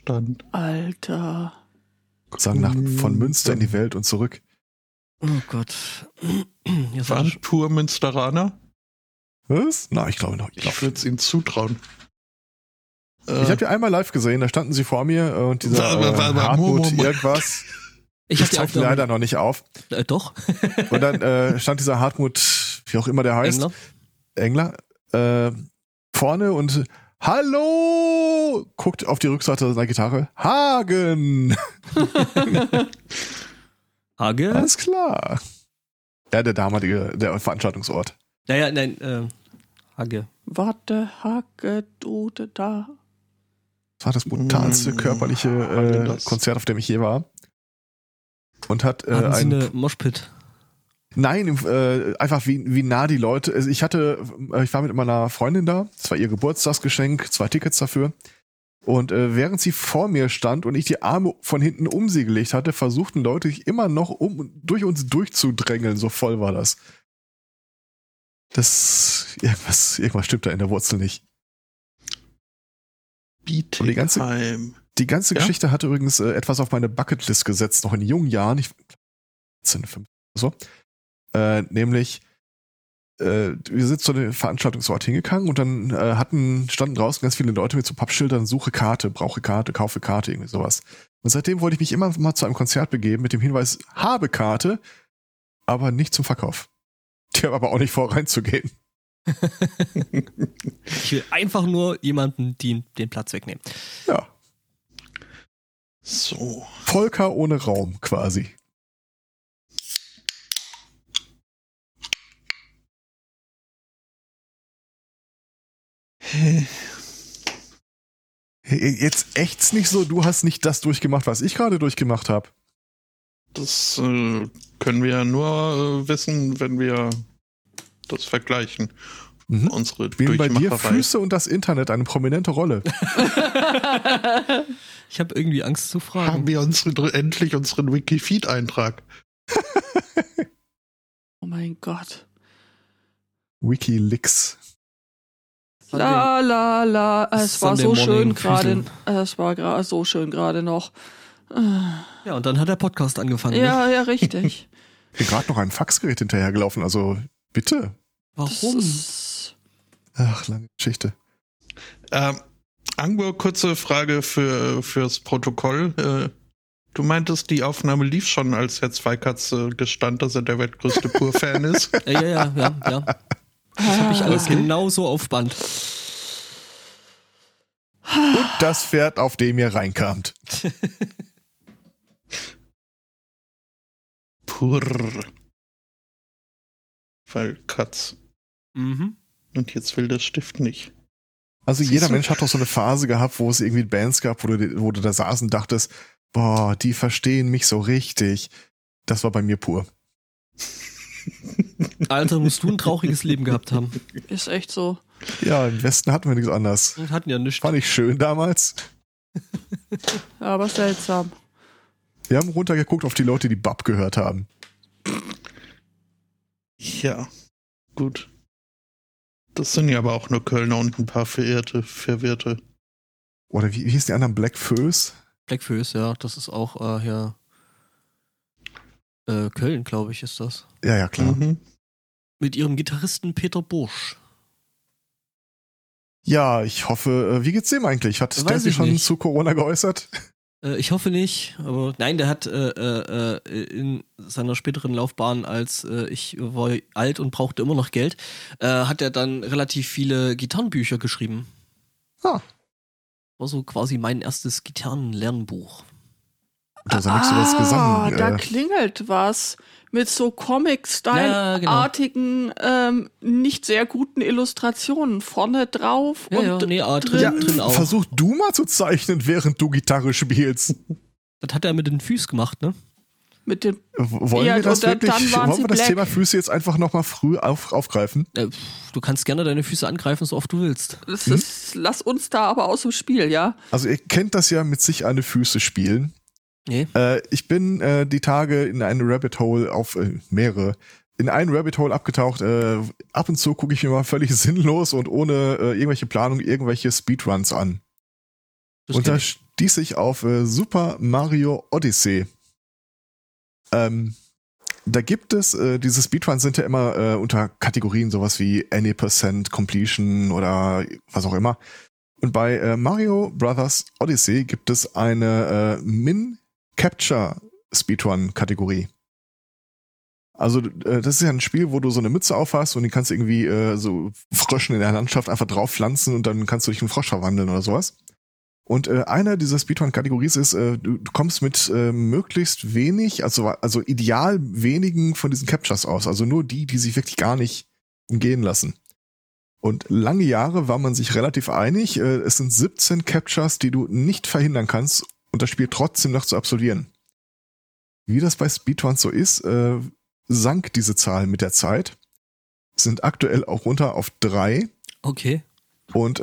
stand. Alter. Sagen von Münster in die Welt und zurück. Oh Gott. Jetzt Waren pur Münsteraner? Was? Na, ich glaube noch. Ich würde es ihnen zutrauen. Ich habe die einmal live gesehen, da standen sie vor mir und dieser Hartmut irgendwas. Ich habe die tauchte Aufnahme leider noch nicht auf. Doch. Und dann stand dieser Hartmut, wie auch immer der heißt, Engler, vorne und Hallo! Guckt auf die Rückseite seiner Gitarre. Hagen! Hagen? Alles klar. Ja, der Veranstaltungsort. Ja, nein, Hage. Warte, Hage, du da. Das war das brutalste körperliche Konzert, auf dem ich je war. Und hat Hatten Sie eine Moshpit? Nein, einfach wie nah die Leute. Also ich war mit meiner Freundin da, das war ihr Geburtstagsgeschenk, 2 Tickets dafür. Und während sie vor mir stand und ich die Arme von hinten um sie gelegt hatte, versuchten Leute sich immer noch durch uns durchzudrängeln, so voll war das. Irgendwas stimmt da in der Wurzel nicht. Und die ganze Geschichte hatte übrigens etwas auf meine Bucketlist gesetzt, noch in jungen Jahren, ich 14, 15 so. Nämlich, wir sind zu dem Veranstaltungsort hingegangen und dann standen draußen ganz viele Leute mit so Pappschildern, suche Karte, brauche Karte, kaufe Karte, irgendwie sowas. Und seitdem wollte ich mich immer mal zu einem Konzert begeben mit dem Hinweis, habe Karte, aber nicht zum Verkauf. Ich habe aber auch nicht vor, reinzugehen. Ich will einfach nur jemanden den Platz wegnehmen. Ja. So. Volker ohne Raum, quasi. Jetzt ächt's nicht so, du hast nicht das durchgemacht, was ich gerade durchgemacht habe. Das können wir ja nur wissen, wenn wir das vergleichen. Unsere Spielen bei dir Durchmacherei. Füße und das Internet eine prominente Rolle? Ich habe irgendwie Angst zu fragen. Haben wir endlich unseren Wikifeed-Eintrag. Oh mein Gott. Wikileaks. La. Es war so schön gerade. Füßeln. Es war so schön gerade noch. Ja, und dann hat der Podcast angefangen. Ja, Ne? ja, richtig. Ich bin gerade noch ein Faxgerät hinterhergelaufen, also bitte. Warum? Ach, lange Geschichte. Angbo, kurze Frage fürs Protokoll. Du meintest, die Aufnahme lief schon, als Herr Zweikatz gestand, dass er der weltgrößte Pur-Fan ist. Ja. Das habe ich alles genauso auf Band. Und das Pferd, auf dem ihr reinkamt. Pur. Weil Katz. Mhm. Und jetzt will der Stift nicht. Also Siehst jeder du? Mensch hat doch so eine Phase gehabt, wo es irgendwie Bands gab, wo du da saß und dachtest, boah, die verstehen mich so richtig. Das war bei mir pur. Alter, musst du ein trauriges Leben gehabt haben. Ist echt so. Ja, im Westen hatten wir nichts anderes. Wir hatten ja nichts. War nicht schön damals. Aber seltsam. Wir haben runtergeguckt auf die Leute, die Bab gehört haben. Ja, gut. Das sind ja aber auch nur Kölner und ein paar Verwirrte. Oder wie hießen die anderen? Black Föß? Blackfoes, ja, das ist auch hier Köln, glaube ich, ist das. Ja, klar. Mhm. Mit ihrem Gitarristen Peter Bursch. Ja, ich hoffe, wie geht's dem eigentlich? Hat der Weiß sich ich schon nicht. zu Corona geäußert? Ich hoffe nicht, aber nein, der hat in seiner späteren Laufbahn, als ich war alt und brauchte immer noch Geld, hat er dann relativ viele Gitarrenbücher geschrieben. Ah. War so quasi mein erstes Gitarrenlernbuch. Da ist ja nichts über das Gesang. Da klingelt was mit so Comic-Style-artigen, nicht sehr guten Illustrationen vorne drauf. Ja, und nee, drin. drin auch. Versuch du mal zu zeichnen, während du Gitarre spielst. Das hat er mit den Füßen gemacht, ne? Mit den, Wollen Ja, wir das und wirklich? dann waren Wollen sie wir das black. Thema Füße jetzt einfach nochmal früh aufgreifen? Du kannst gerne deine Füße angreifen, so oft du willst. lass uns da aber aus dem Spiel, ja? Also ihr kennt das ja mit sich an die Füße spielen. Nee. Ich bin die Tage in einen Rabbit Hole mehrere, in einen Rabbit Hole abgetaucht. Ab und zu gucke ich mir mal völlig sinnlos und ohne irgendwelche Planung irgendwelche Speedruns an. Und da stieß ich auf Super Mario Odyssey. Da gibt es, diese Speedruns sind ja immer unter Kategorien sowas wie Any Percent Completion oder was auch immer. Und bei Mario Brothers Odyssey gibt es eine Min-Capture Speedrun-Kategorie. Also das ist ja ein Spiel, wo du so eine Mütze aufhast und die kannst du irgendwie so Fröschen in der Landschaft einfach drauf pflanzen und dann kannst du dich in einen Frosch verwandeln oder sowas. Und einer dieser Speedrun-Kategorien ist, du kommst mit möglichst wenig, also ideal wenigen von diesen Captures aus. Also nur die sich wirklich gar nicht umgehen lassen. Und lange Jahre war man sich relativ einig, es sind 17 Captures, die du nicht verhindern kannst und das Spiel trotzdem noch zu absolvieren. Wie das bei Speedruns so ist, sank diese Zahl mit der Zeit. Sind aktuell auch runter auf 3. Okay. Und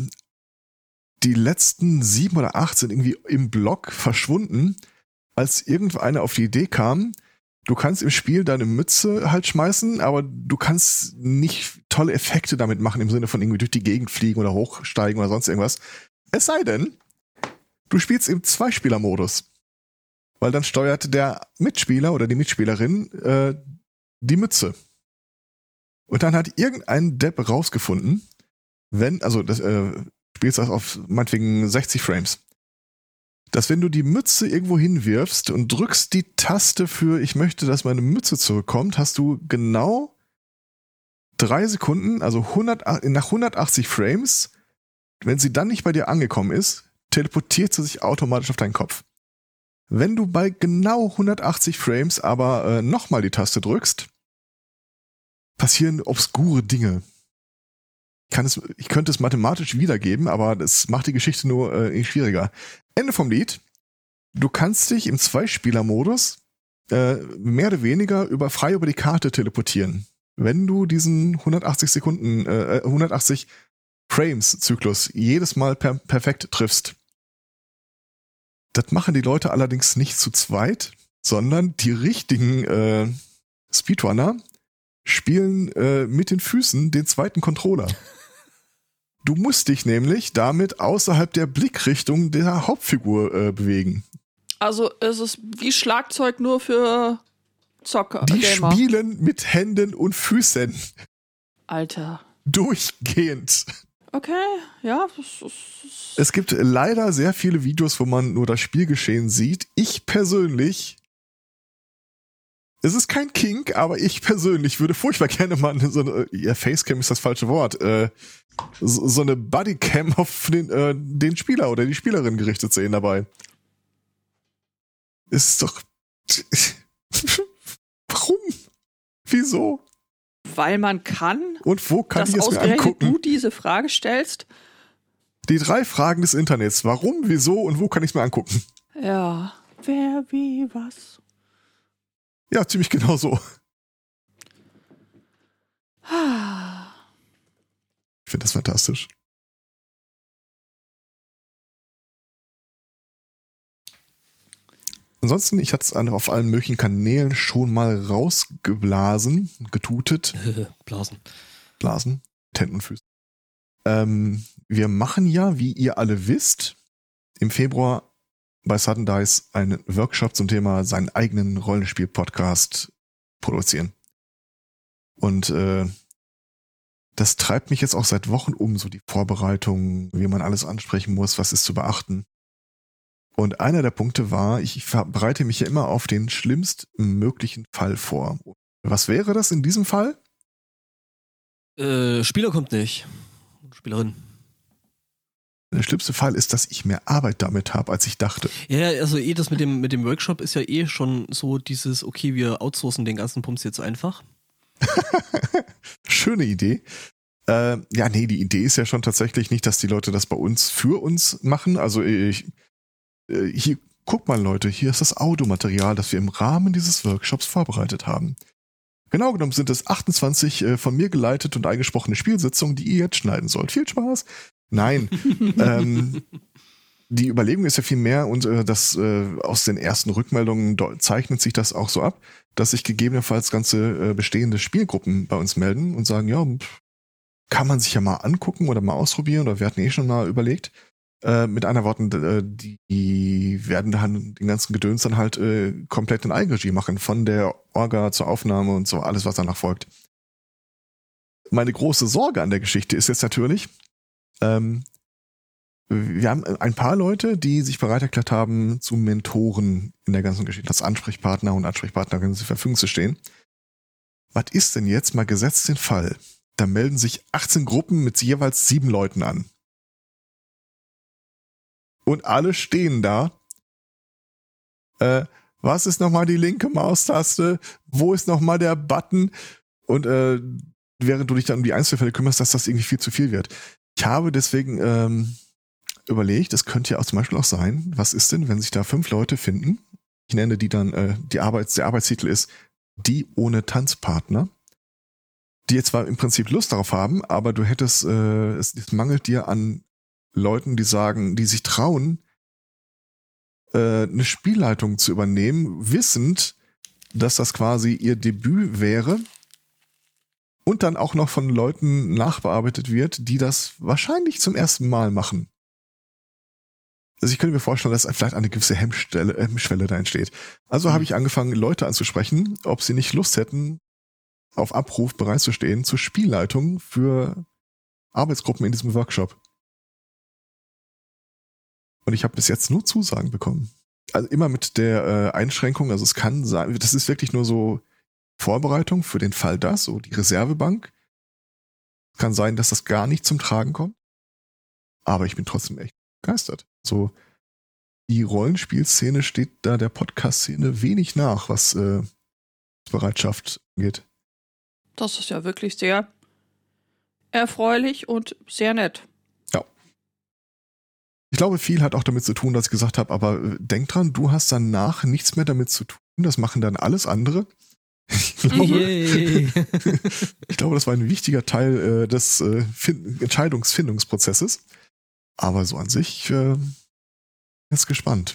die letzten 7 oder 8 sind irgendwie im Block verschwunden, als irgendeiner auf die Idee kam, du kannst im Spiel deine Mütze halt schmeißen, aber du kannst nicht tolle Effekte damit machen, im Sinne von irgendwie durch die Gegend fliegen oder hochsteigen oder sonst irgendwas. Es sei denn, du spielst im Zweispieler-Modus. Weil dann steuert der Mitspieler oder die Mitspielerin die Mütze. Und dann hat irgendein Depp rausgefunden, spielst das auf meinetwegen 60 Frames, dass wenn du die Mütze irgendwo hinwirfst und drückst die Taste für ich möchte, dass meine Mütze zurückkommt, hast du genau 3 Sekunden, also nach 180 Frames, wenn sie dann nicht bei dir angekommen ist, teleportiert sie sich automatisch auf deinen Kopf. Wenn du bei genau 180 Frames aber nochmal die Taste drückst, passieren obskure Dinge. Ich könnte es mathematisch wiedergeben, aber das macht die Geschichte nur schwieriger. Ende vom Lied. Du kannst dich im Zweispieler-Modus mehr oder weniger frei über die Karte teleportieren. Wenn du diesen 180 Frames-Zyklus jedes Mal perfekt triffst. Das machen die Leute allerdings nicht zu zweit, sondern die richtigen Speedrunner spielen mit den Füßen den zweiten Controller. Du musst dich nämlich damit außerhalb der Blickrichtung der Hauptfigur bewegen. Also es ist wie Schlagzeug nur für Zocker. Die Gamer. Spielen mit Händen und Füßen. Alter. Durchgehend. Okay, ja. Es gibt leider sehr viele Videos, wo man nur das Spielgeschehen sieht. Ich persönlich, es ist kein Kink, aber ich persönlich würde furchtbar gerne mal Facecam ist das falsche Wort, so eine Bodycam auf den Spieler oder die Spielerin gerichtet sehen dabei. Ist doch... Warum? Wieso? Weil man kann. Und wo kann ich es mir ausgerechnet angucken? Du diese Frage stellst. Die 3 Fragen des Internets. Warum, wieso und wo kann ich es mir angucken? Ja. Wer, wie, was? Ja, ziemlich genau so. Ich finde das fantastisch. Ansonsten, ich hatte es auf allen möglichen Kanälen schon mal rausgeblasen, getutet. Blasen, Händen und Füßen. Wir machen ja, wie ihr alle wisst, im Februar bei Sudden Dice einen Workshop zum Thema seinen eigenen Rollenspiel-Podcast produzieren. Und das treibt mich jetzt auch seit Wochen um, so die Vorbereitung, wie man alles ansprechen muss, was ist zu beachten. Und einer der Punkte war, ich bereite mich ja immer auf den schlimmst möglichen Fall vor. Was wäre das in diesem Fall? Spieler kommt nicht. Spielerin. Der schlimmste Fall ist, dass ich mehr Arbeit damit habe, als ich dachte. Ja, also das mit dem Workshop ist ja schon so dieses, okay, wir outsourcen den ganzen Pumps jetzt einfach. Schöne Idee. Die Idee ist ja schon tatsächlich nicht, dass die Leute das bei uns für uns machen. Also hier, guck mal Leute, hier ist das Audiomaterial, das wir im Rahmen dieses Workshops vorbereitet haben. Genau genommen sind es 28 von mir geleitete und eingesprochene Spielsitzungen, die ihr jetzt schneiden sollt. Viel Spaß! Nein. Die Überlegung ist ja viel mehr und aus den ersten Rückmeldungen zeichnet sich das auch so ab, dass sich gegebenenfalls ganze bestehende Spielgruppen bei uns melden und sagen, ja, kann man sich ja mal angucken oder mal ausprobieren oder wir hatten schon mal überlegt. Mit anderen Worten, die werden dann den ganzen Gedöns dann halt komplett in Eigenregie machen, von der Orga zur Aufnahme und so, alles, was danach folgt. Meine große Sorge an der Geschichte ist jetzt natürlich, wir haben ein paar Leute, die sich bereit erklärt haben, zu Mentoren in der ganzen Geschichte, als Ansprechpartner und Ansprechpartnerin zur Verfügung zu stehen. Was ist denn jetzt mal gesetzt den Fall? Da melden sich 18 Gruppen mit jeweils 7 Leuten an. Und alle stehen da. Was ist nochmal die linke Maustaste? Wo ist nochmal der Button? Und während du dich dann um die Einzelfälle kümmerst, dass das irgendwie viel zu viel wird. Ich habe deswegen überlegt, es könnte ja auch zum Beispiel auch sein, was ist denn, wenn sich da 5 Leute finden? Ich nenne die dann, der Arbeitstitel ist die ohne Tanzpartner, die jetzt zwar im Prinzip Lust darauf haben, aber du hättest, es mangelt dir an Leuten, die sagen, die sich trauen, eine Spielleitung zu übernehmen, wissend, dass das quasi ihr Debüt wäre und dann auch noch von Leuten nachbearbeitet wird, die das wahrscheinlich zum ersten Mal machen. Also ich könnte mir vorstellen, dass vielleicht eine gewisse Hemmschwelle da entsteht. Also habe ich angefangen, Leute anzusprechen, ob sie nicht Lust hätten, auf Abruf bereitzustehen zur Spielleitung für Arbeitsgruppen in diesem Workshop. Und ich habe bis jetzt nur Zusagen bekommen. Also immer mit der Einschränkung, also es kann sein, das ist wirklich nur so Vorbereitung für den Fall das, so die Reservebank. Kann sein, dass das gar nicht zum Tragen kommt. Aber ich bin trotzdem echt begeistert. So, die Rollenspielszene steht da der Podcast-Szene wenig nach, was Bereitschaft angeht. Das ist ja wirklich sehr erfreulich und sehr nett. Ja. Ich glaube, viel hat auch damit zu tun, dass ich gesagt habe, aber denk dran, du hast danach nichts mehr damit zu tun. Das machen dann alles andere. Ich glaube, das war ein wichtiger Teil des Entscheidungsfindungsprozesses. Aber so an sich jetzt gespannt.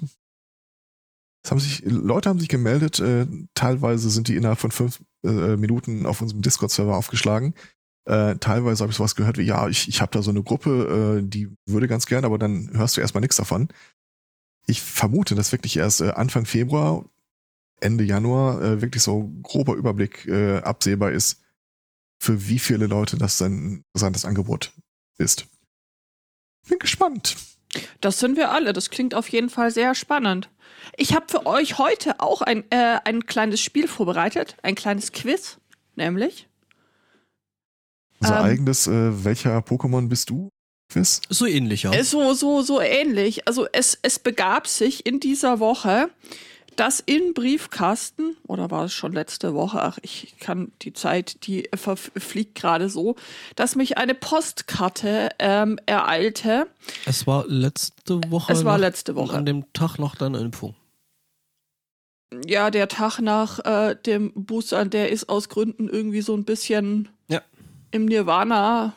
Leute haben sich gemeldet, teilweise sind die innerhalb von 5 Minuten auf unserem Discord-Server aufgeschlagen. Teilweise habe ich sowas gehört wie, ja, ich habe da so eine Gruppe, die würde ganz gern, aber dann hörst du erstmal nichts davon. Ich vermute, dass wirklich erst Anfang Februar, Ende Januar wirklich so ein grober Überblick absehbar ist, für wie viele Leute das dann ein interessantes Angebot ist. Bin gespannt. Das sind wir alle. Das klingt auf jeden Fall sehr spannend. Ich habe für euch heute auch ein kleines Spiel vorbereitet, ein kleines Quiz, nämlich. Unser eigenes, welcher Pokémon bist du? Quiz? So ähnlich, ja. So ähnlich. Also es begab sich in dieser Woche, dass in Briefkasten, oder war es schon letzte Woche, ach, ich kann die Zeit, die verfliegt gerade so, dass mich eine Postkarte ereilte. Es war letzte Woche. Es war letzte Woche. An dem Tag noch deiner Impfung. Ja, der Tag nach dem Booster, der ist aus Gründen irgendwie so ein bisschen im Nirvana.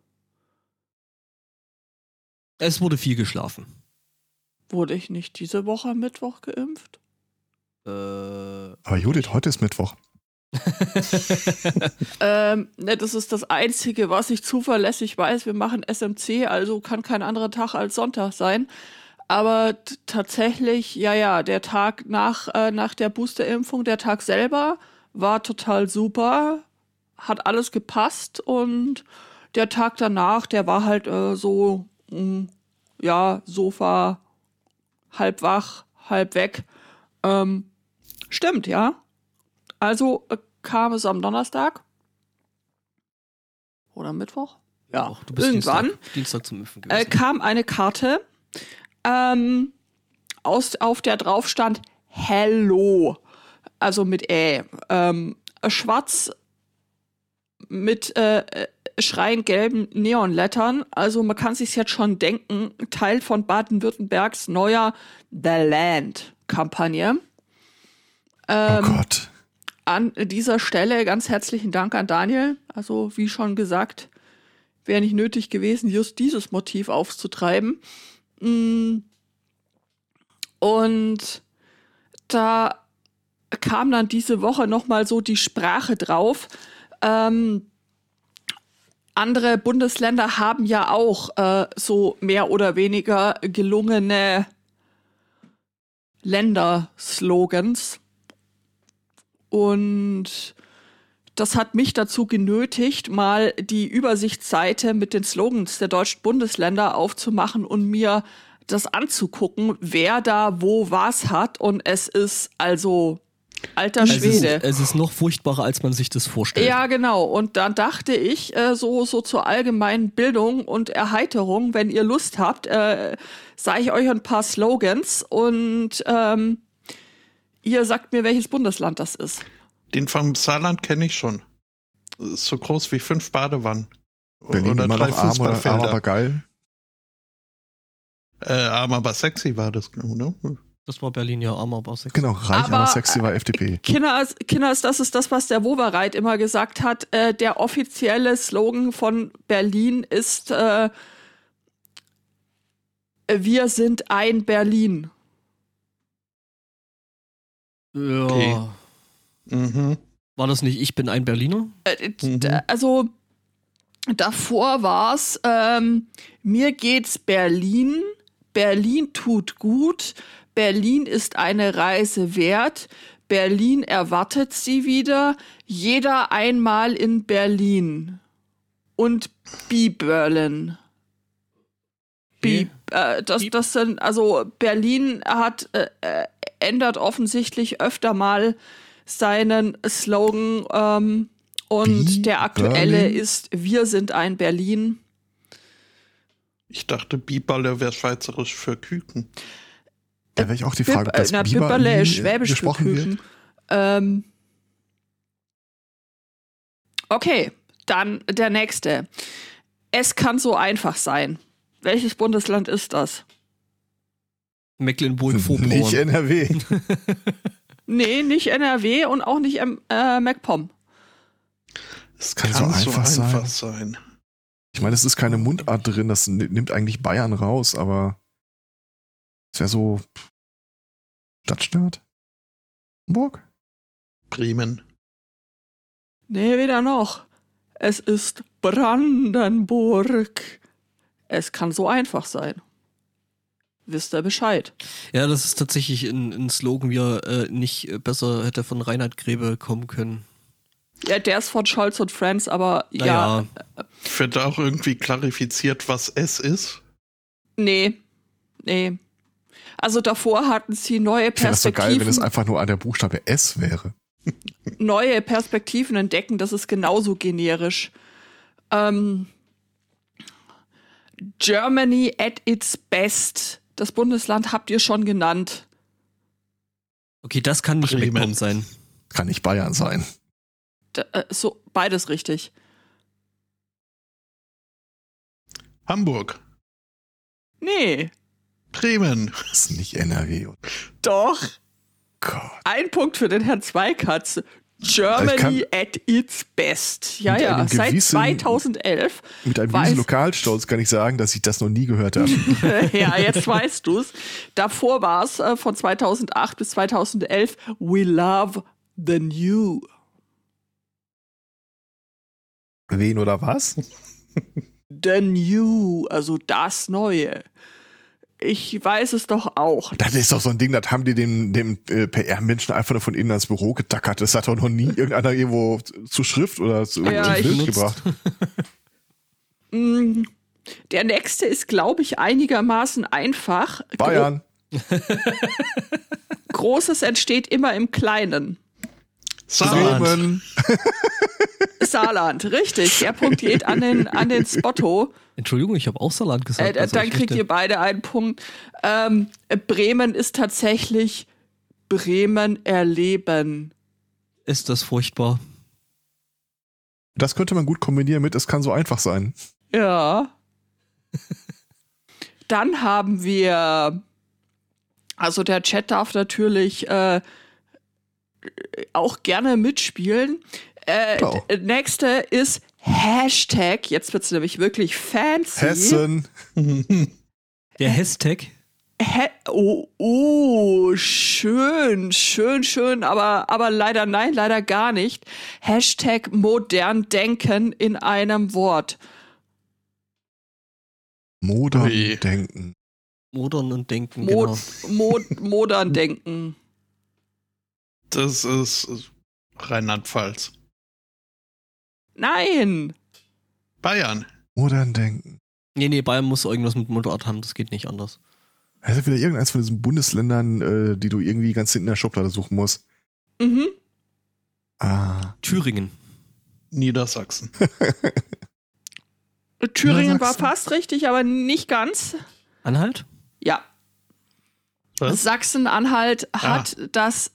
Es wurde viel geschlafen. Wurde ich nicht diese Woche am Mittwoch geimpft? Aber Judith, heute ist Mittwoch. Das ist das Einzige, was ich zuverlässig weiß. Wir machen SMC, also kann kein anderer Tag als Sonntag sein. Aber tatsächlich, der Tag nach der Boosterimpfung, der Tag selber war total super, hat alles gepasst und der Tag danach, der war halt Sofa, halb wach, halb weg. Stimmt, ja. Also kam es am Donnerstag oder am Mittwoch? Ja, du bist irgendwann Dienstag zum Impfen gewesen. kam eine Karte, auf der drauf stand Hello, also mit schwarz mit schreiend gelben Neonlettern. Also man kann sich jetzt schon denken, Teil von Baden-Württembergs neuer The Land-Kampagne. Oh Gott. An dieser Stelle ganz herzlichen Dank an Daniel. Also wie schon gesagt, wäre nicht nötig gewesen, just dieses Motiv aufzutreiben. Und da kam dann diese Woche nochmal so die Sprache drauf. andere Bundesländer haben ja auch so mehr oder weniger gelungene Länderslogans. Und das hat mich dazu genötigt, mal die Übersichtsseite mit den Slogans der deutschen Bundesländer aufzumachen und mir das anzugucken, wer da wo was hat. Und es ist also alter Schwede. Es ist noch furchtbarer, als man sich das vorstellt. Ja, genau. Und dann dachte ich, so zur allgemeinen Bildung und Erheiterung, wenn ihr Lust habt, sage ich euch ein paar Slogans und ihr sagt mir, welches Bundesland das ist. Den vom Saarland kenne ich schon. Ist so groß wie 5 Badewannen. Berlin oder immer 3 noch arm Fußballfelder. aber geil. Arm aber sexy war das, ne? Das war Berlin, ja, arm aber sexy. Genau, reich aber sexy war FDP. Kinders, das ist das, was der Wowereit immer gesagt hat. Der offizielle Slogan von Berlin ist wir sind ein Berlin. Ja. Okay. Mhm. War das nicht Ich bin ein Berliner? Also davor war's mir geht's Berlin. Berlin tut gut. Berlin ist eine Reise wert. Berlin erwartet sie wieder. Jeder einmal in Berlin. Und Berlin. Das sind, also Berlin ändert offensichtlich öfter mal seinen Slogan und der aktuelle Berlin? ist Wir sind ein Berlin. Ich dachte, Biberle wäre schweizerisch für Küken. Da wäre ich auch die Frage, dass Biberle ist schwäbisch für gesprochen wird. Küken. Okay, dann der nächste. Es kann so einfach sein. Welches Bundesland ist das? Mecklenburg-Vorpommern. Nicht NRW. Nee, nicht NRW und auch nicht MacPom. Es kann so einfach sein. Ich meine, es ist keine Mundart drin, das nimmt eigentlich Bayern raus, aber es wäre so Stadtstaat? Hamburg? Bremen. Nee, weder noch. Es ist Brandenburg. Es kann so einfach sein. Wisst ihr Bescheid? Ja, das ist tatsächlich ein Slogan, wie er nicht besser hätte von Reinhard Grebe kommen können. Ja, der ist von Scholz und Friends, aber Naja. Wird auch irgendwie klarifiziert, was es ist? Nee. Also davor hatten sie neue Ich wäre das so Perspektiven. geil, wenn es einfach nur an der Buchstabe S wäre. Neue Perspektiven entdecken, das ist genauso generisch. Germany at its best. Das Bundesland habt ihr schon genannt. Okay, das kann nicht Bremen. MacPom sein. Kann nicht Bayern sein. So, beides richtig. Hamburg. Nee, Bremen. Das ist nicht NRW. doch. Gott. Ein Punkt für den Herrn Zweikatz. Germany at its best. Ja, Mit ja, einem seit gewissen- 2011. Mit einem weiß- gewissen Lokalstolz kann ich sagen, dass ich das noch nie gehört habe. Ja, jetzt weißt du's. Davor war es von 2008 bis 2011 We love the new. Wen oder was? The new, also das Neue. Ich weiß es doch auch. Das ist doch so ein Ding, das haben die dem PR-Menschen einfach nur von innen ans Büro getackert. Das hat doch noch nie irgendeiner irgendwo zu Schrift oder zu Ja, Bild ich- gebracht. Der nächste ist, glaube ich, einigermaßen einfach. Bayern. Großes entsteht immer im Kleinen. Saarland. Bremen. Saarland, richtig. Der Punkt geht an den Spotto. Entschuldigung, ich habe auch Saarland gesagt. Also Dann ich kriegt möchte- ihr beide einen Punkt. Bremen ist tatsächlich Bremen erleben. Ist das furchtbar. Das könnte man gut kombinieren mit, es kann so einfach sein. Ja. Dann haben wir, also der Chat darf natürlich auch gerne mitspielen. Klar. Nächste ist Hashtag, jetzt wird's nämlich wirklich fancy. Hessen. Der Hashtag. Schön, aber leider nein, leider gar nicht. Hashtag modern denken in einem Wort. Modern denken. Modern und denken, genau. Modern denken. Das ist Rheinland-Pfalz. Nein. Bayern. Modern denken. Nee, Bayern muss irgendwas mit Mundart haben, das geht nicht anders. Also wieder irgendeins von diesen Bundesländern, die du irgendwie ganz hinten in der Schublade suchen musst. Mhm. Thüringen. Niedersachsen. Thüringen war fast richtig, aber nicht ganz. Anhalt? Ja. Was? Sachsen-Anhalt hat das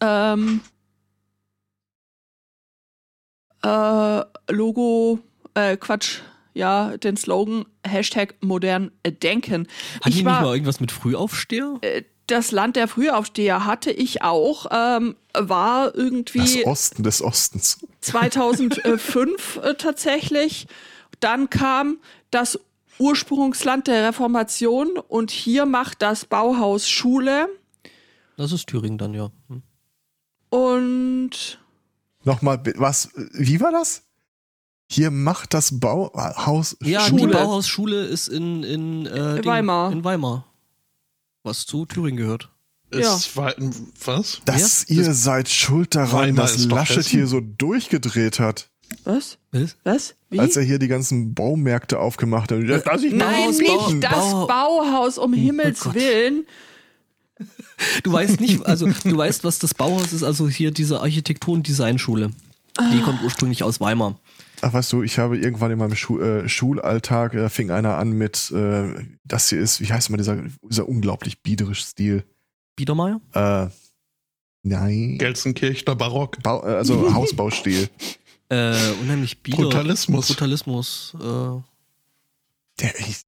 Logo, den Slogan Hashtag modern denken. Hat die nicht mal irgendwas mit Frühaufsteher? Das Land der Frühaufsteher hatte ich auch, war irgendwie das Osten des Ostens. 2005 tatsächlich. Dann kam das Ursprungsland der Reformation und hier macht das Bauhaus Schule. Das ist Thüringen dann, ja. Und nochmal, was, wie war das? Hier macht das Bauhaus Schule. Ja, die Bauhausschule ist in Weimar. In Weimar. Was zu Thüringen gehört. Was? Ihr seid schuld daran, Weimar dass ist doch Laschet Hessen. hier so durchgedreht hat. Was? Wie? Als er hier die ganzen Baumärkte aufgemacht hat. Nein, nicht das Bauhaus, um Himmels Willen. Du weißt, was das Bauhaus ist, also hier diese Architektur- und Designschule. Die kommt ursprünglich aus Weimar. Ach, weißt du, ich habe irgendwann in meinem Schulalltag, fing einer an mit, das hier ist, wie heißt mal dieser unglaublich biederische Stil? Biedermeier? Nein. Gelsenkirchener Barock. Also Hausbaustil. Unheimlich bieder. Brutalismus. Der hieß,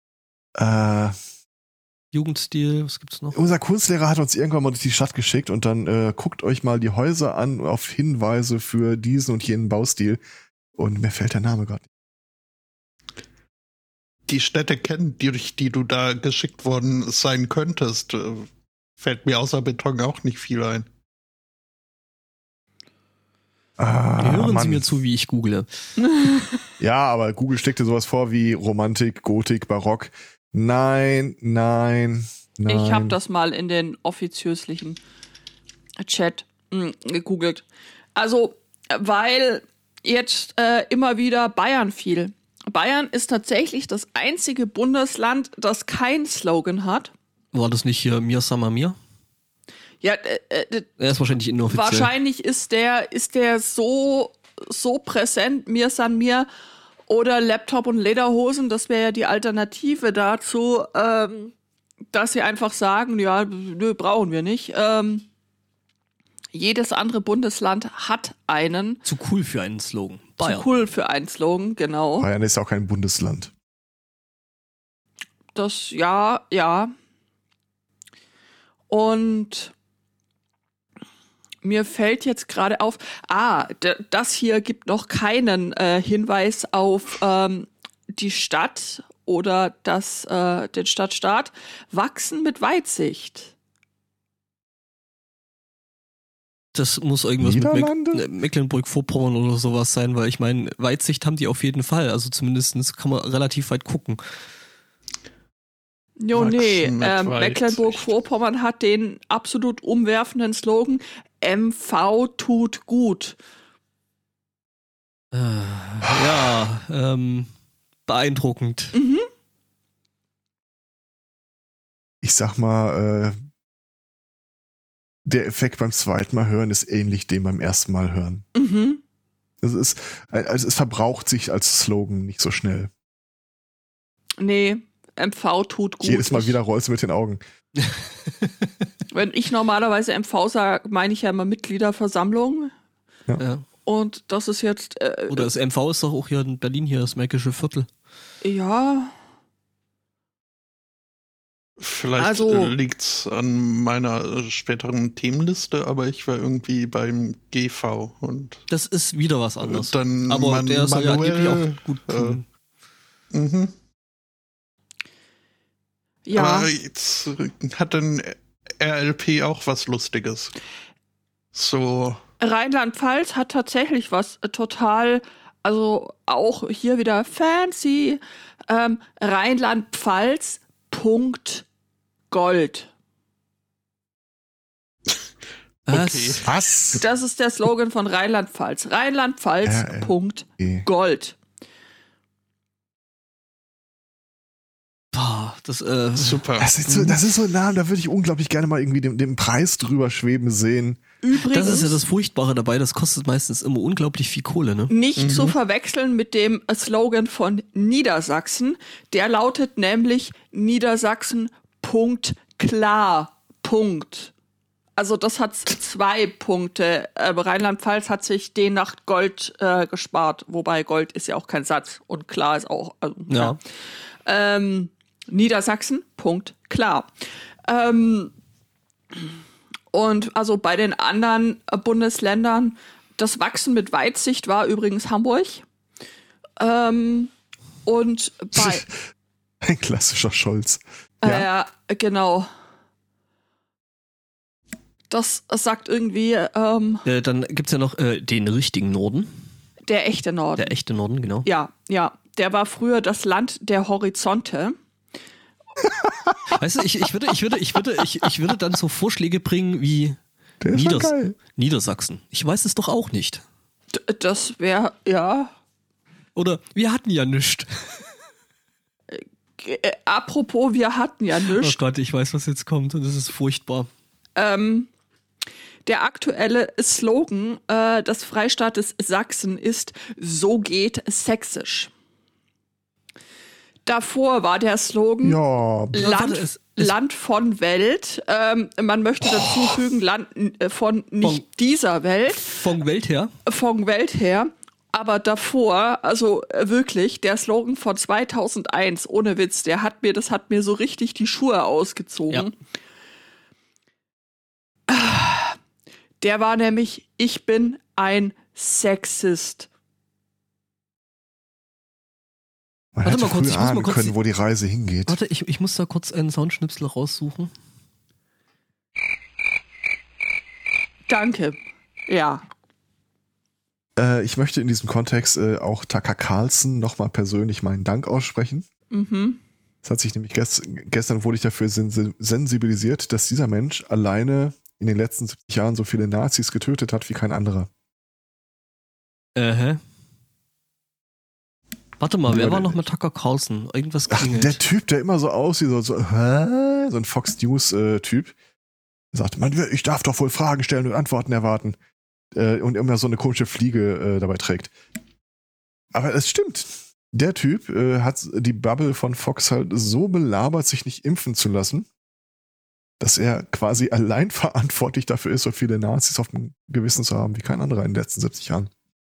Jugendstil, was gibt's noch? unser Kunstlehrer hat uns irgendwann mal durch die Stadt geschickt und dann guckt euch mal die Häuser an auf Hinweise für diesen und jenen Baustil. Und mir fällt der Name gerade nicht. Die Städte kennen, durch die du da geschickt worden sein könntest, fällt mir außer Beton auch nicht viel ein. Hören Sie mir zu, wie ich google. Ja, aber Google steckt dir sowas vor wie Romantik, Gotik, Barock. Nein. Ich habe das mal in den offiziöslichen Chat gegoogelt. Also, weil jetzt immer wieder Bayern fiel. Bayern ist tatsächlich das einzige Bundesland, das kein Slogan hat. War das nicht hier Mir Sama Mir? Ja, Er ist wahrscheinlich inoffiziell. wahrscheinlich ist der so präsent, Mir San Mir oder Laptop und Lederhosen, das wäre ja die Alternative dazu, dass sie einfach sagen, ja, nö, brauchen wir nicht. Jedes andere Bundesland hat einen. Zu cool für einen Slogan. Bayern. Zu cool für einen Slogan, genau. Bayern ist auch kein Bundesland. Das, ja. Und mir fällt jetzt gerade auf, das hier gibt noch keinen Hinweis auf die Stadt oder den Stadtstaat. Wachsen mit Weitsicht. Das muss irgendwas mit Mecklenburg-Vorpommern oder sowas sein, weil ich meine, Weitsicht haben die auf jeden Fall. Also zumindest kann man relativ weit gucken. Jo, nee, Mecklenburg-Vorpommern hat den absolut umwerfenden Slogan MV tut gut. Beeindruckend. Mhm. Ich sag mal, der Effekt beim zweiten Mal hören ist ähnlich dem beim ersten Mal hören. Mhm. Es verbraucht sich als Slogan nicht so schnell. Nee, MV tut gut. Jedes Mal wieder rollst du mit den Augen. Wenn ich normalerweise MV sage, meine ich ja immer Mitgliederversammlung. Ja. Und das ist jetzt... Oder das MV ist doch auch hier in Berlin, hier das Märkische Viertel. Ja... Vielleicht liegt's an meiner späteren Themenliste, aber ich war irgendwie beim GV und das ist wieder was anderes. Dann aber der soll ja angeblich auch gut tun. Ja. Aber jetzt hat dann RLP auch was Lustiges. So. Rheinland-Pfalz hat tatsächlich was total, also auch hier wieder fancy. Rheinland-Pfalz .gold. Okay. Was? Das ist der Slogan von Rheinland-Pfalz. Rheinland-Pfalz .gold. Boah, das, Super. Das ist so ein Name, da würde ich unglaublich gerne mal irgendwie den Preis drüber schweben sehen. Übrigens, das ist ja das Furchtbare dabei, das kostet meistens immer unglaublich viel Kohle, ne? nicht zu verwechseln mit dem Slogan von Niedersachsen. Der lautet nämlich Niedersachsen .klar. Also das hat 2 Punkte. Rheinland-Pfalz hat sich den nach Gold gespart, wobei Gold ist ja auch kein Satz und klar ist auch. Also, Ja. Niedersachsen .klar. Und also bei den anderen Bundesländern, das Wachsen mit Weitsicht war übrigens Hamburg. Und bei Ein klassischer Scholz. genau. Das sagt irgendwie Dann gibt's ja noch den richtigen Norden. der echte Norden. Der echte Norden, genau. Ja. Der war früher das Land der Horizonte. Weißt du, ich würde dann so Vorschläge bringen wie Der ist schon geil. Niedersachsen. Ich weiß es doch auch nicht. Das wäre, ja. Oder wir hatten ja nichts. Apropos, wir hatten ja Oh nichts. Gott, ich weiß, was jetzt kommt und das ist furchtbar. Der aktuelle Slogan des Freistaates Sachsen ist: So geht sächsisch. Davor war der Slogan Ja, Land von Welt. Man möchte dazu fügen, Land von nicht dieser Welt. Von Welt her. Von Welt her. Aber davor, also wirklich, der Slogan von 2001, ohne Witz, das hat mir so richtig die Schuhe ausgezogen. Ja. Der war nämlich: Ich bin ein Sexist. man Warte hätte mal kurz, früh ich muss mal ahnen kurz können, wo die Reise hingeht. Warte, ich muss da kurz einen Soundschnipsel raussuchen. Danke. Ja. Ich möchte in diesem Kontext auch Tucker Carlson nochmal persönlich meinen Dank aussprechen. Das hat sich nämlich gestern wurde ich dafür sensibilisiert, dass dieser Mensch alleine in den letzten 70 Jahren so viele Nazis getötet hat wie kein anderer. Warte mal, wer war noch mit Tucker Carlson? Irgendwas Ach, klingelt. der Typ, der immer so aussieht, so ein Fox News-Typ. Sagt, ich darf doch wohl Fragen stellen und Antworten erwarten. Und immer so eine komische Fliege dabei trägt. Aber es stimmt. Der Typ hat die Bubble von Fox halt so belabert, sich nicht impfen zu lassen, dass er quasi allein verantwortlich dafür ist, so viele Nazis auf dem Gewissen zu haben wie kein anderer in den letzten 70 Jahren.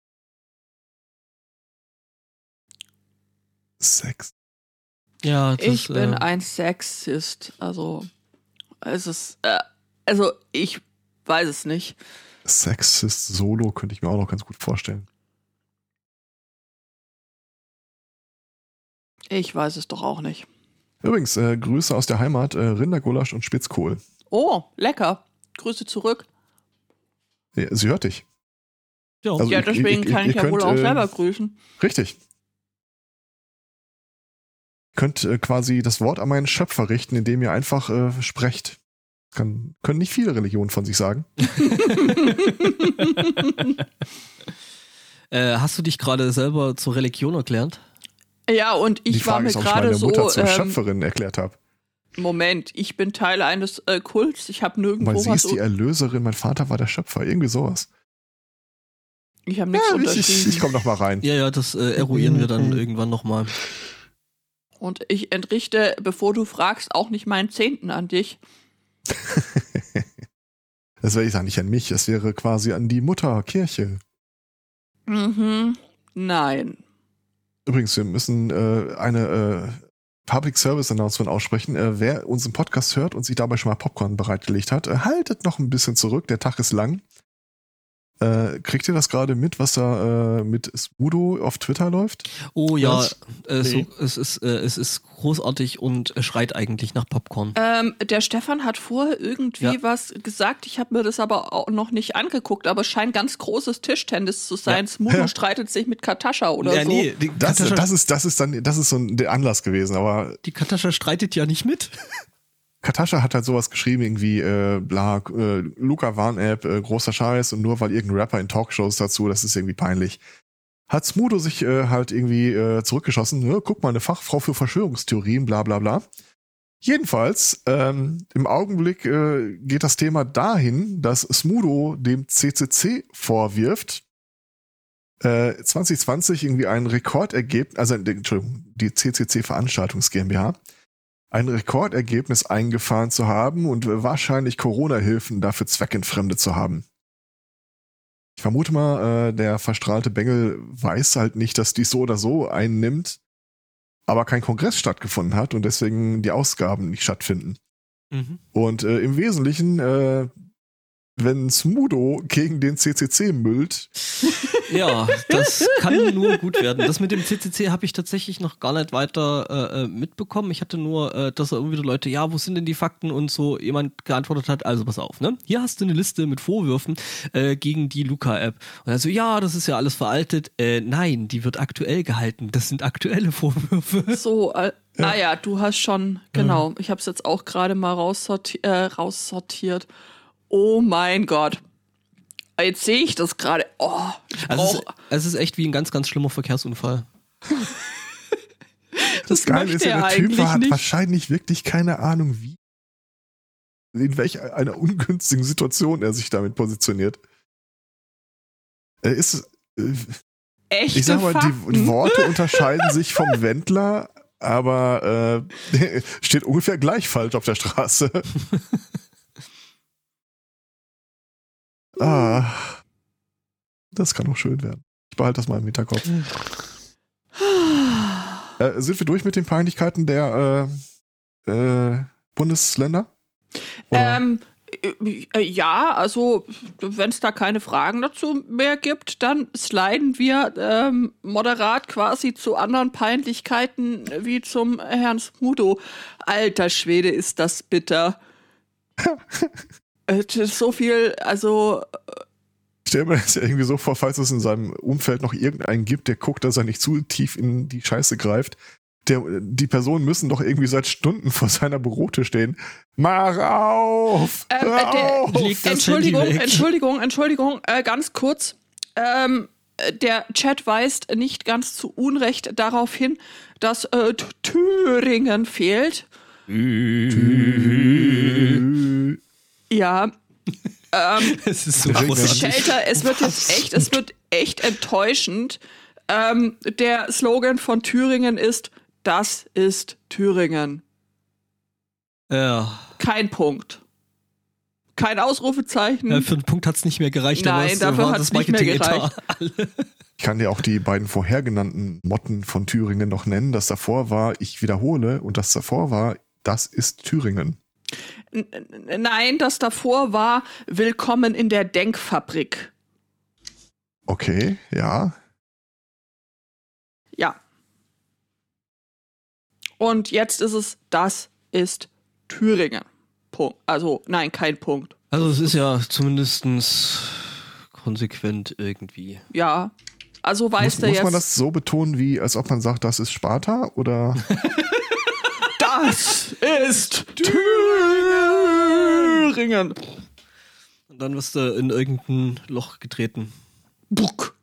Sex. Ja, Ich bin ein Sexist. Also, es ist, ich weiß es nicht. Sexist Solo könnte ich mir auch noch ganz gut vorstellen. Ich weiß es doch auch nicht. Übrigens, Grüße aus der Heimat, Rindergulasch und Spitzkohl. Oh, lecker. Grüße zurück. Ja, sie hört dich. Ja, Also ja, deswegen kann ich ja wohl auch selber grüßen. Richtig. Ihr könnt quasi das Wort an meinen Schöpfer richten, indem ihr einfach sprecht. Können nicht viele Religionen von sich sagen. Hast du dich gerade selber zur Religion erklärt? Ja, und ich war mir gerade so. Mutter zur Schöpferin erklärt habe. Moment, ich bin Teil eines Kults. Ich habe nirgendwo Weil sie was. ist die Erlöserin, mein Vater war der Schöpfer. Irgendwie sowas. Ich habe nichts unterschrieben. Ich komme noch mal rein. Ja, das eruieren wir dann irgendwann nochmal. Und ich entrichte, bevor du fragst, auch nicht meinen Zehnten an dich. Das wäre ich nicht an mich, es wäre quasi an die Mutterkirche. Nein. Übrigens, wir müssen eine Public Service Announcement aussprechen. Wer unseren Podcast hört und sich dabei schon mal Popcorn bereitgelegt hat, haltet noch ein bisschen zurück, der Tag ist lang. Kriegt ihr das gerade mit, was da mit Smudo auf Twitter läuft? Oh ja, Nee. es ist großartig und schreit eigentlich nach Popcorn. Der Stefan hat vorher irgendwie was gesagt, ich habe mir das aber auch noch nicht angeguckt, aber es scheint ganz großes Tischtennis zu sein. Ja. Smudo streitet sich mit Katascha oder so. Nee, Das ist so der Anlass gewesen, aber die Katascha streitet ja nicht mit. Katascha hat halt sowas geschrieben, irgendwie, Luca Warn-App, großer Scheiß und nur weil irgendein Rapper in Talkshows dazu, das ist irgendwie peinlich. Hat Smudo sich halt irgendwie zurückgeschossen, guck mal, eine Fachfrau für Verschwörungstheorien, bla bla bla. Jedenfalls, im Augenblick geht das Thema dahin, dass Smudo dem CCC vorwirft, 2020 irgendwie ein Rekordergebnis, also Entschuldigung, die CCC Veranstaltungs GmbH, ein Rekordergebnis eingefahren zu haben und wahrscheinlich Corona-Hilfen dafür zweckentfremdet zu haben. Ich vermute mal, der verstrahlte Bengel weiß halt nicht, dass dies so oder so einnimmt, aber kein Kongress stattgefunden hat und deswegen die Ausgaben nicht stattfinden. Mhm. Und im Wesentlichen, wenn Smudo gegen den CCC müllt, Ja, das kann nur gut werden. Das mit dem CCC habe ich tatsächlich noch gar nicht weiter mitbekommen. Ich hatte nur, dass da irgendwie Leute, ja, wo sind denn die Fakten und so, jemand geantwortet hat, also pass auf, ne? Hier hast du eine Liste mit Vorwürfen gegen die Luca-App. Und also, ja, das ist ja alles veraltet. Nein, die wird aktuell gehalten. Das sind aktuelle Vorwürfe. So, ja, du hast schon, genau, ich habe es jetzt auch gerade mal raussortiert. Oh mein Gott. Jetzt sehe ich das gerade. Oh, Es ist echt wie ein ganz, ganz schlimmer Verkehrsunfall. das Geile ist ja, der Typ eigentlich hat nicht. wahrscheinlich wirklich keine Ahnung, wie, in welch einer ungünstigen Situation er sich damit positioniert. Er ist, Echte ich sag mal, die Fakten. Worte unterscheiden sich vom Wendler, aber steht ungefähr gleich falsch auf der Straße. Das kann auch schön werden. Ich behalte das mal im Hinterkopf. Sind wir durch mit den Peinlichkeiten der Bundesländer? Oder? Ja, also wenn es da keine Fragen dazu mehr gibt, dann sliden wir moderat quasi zu anderen Peinlichkeiten wie zum Herrn Smudo. Alter Schwede, ist das bitter. So viel, also Ich stelle mir das ja irgendwie so vor, falls es in seinem Umfeld noch irgendeinen gibt, der guckt, dass er nicht zu tief in die Scheiße greift. Die Personen müssen doch irgendwie seit Stunden vor seiner Bürote stehen. Mach auf! Hör auf! Entschuldigung, ganz kurz. Der Chat weist nicht ganz zu Unrecht darauf hin, dass Thüringen fehlt. Ja. Es ist so Shelter, es wird echt enttäuschend. Der Slogan von Thüringen ist: Das ist Thüringen. Ja. Kein Punkt. Kein Ausrufezeichen. Ja, für einen Punkt hat es nicht mehr gereicht. Nein, dafür hat es nicht mehr gereicht. Ich kann dir auch die beiden vorher genannten Motten von Thüringen noch nennen. Das davor war, ich wiederhole, und das davor war, das ist Thüringen. Nein, das davor war Willkommen in der Denkfabrik. Okay, ja. Ja. Und jetzt ist es, das ist Thüringen. Punkt. Also, nein, kein Punkt. Also es ist ja zumindest konsequent irgendwie. Ja. Also weiß der jetzt. jetzt. Muss man das so betonen, wie als ob man sagt, das ist Sparta? Oder? Das ist Thüringen. Und dann wirst du in irgendein Loch getreten. Buck.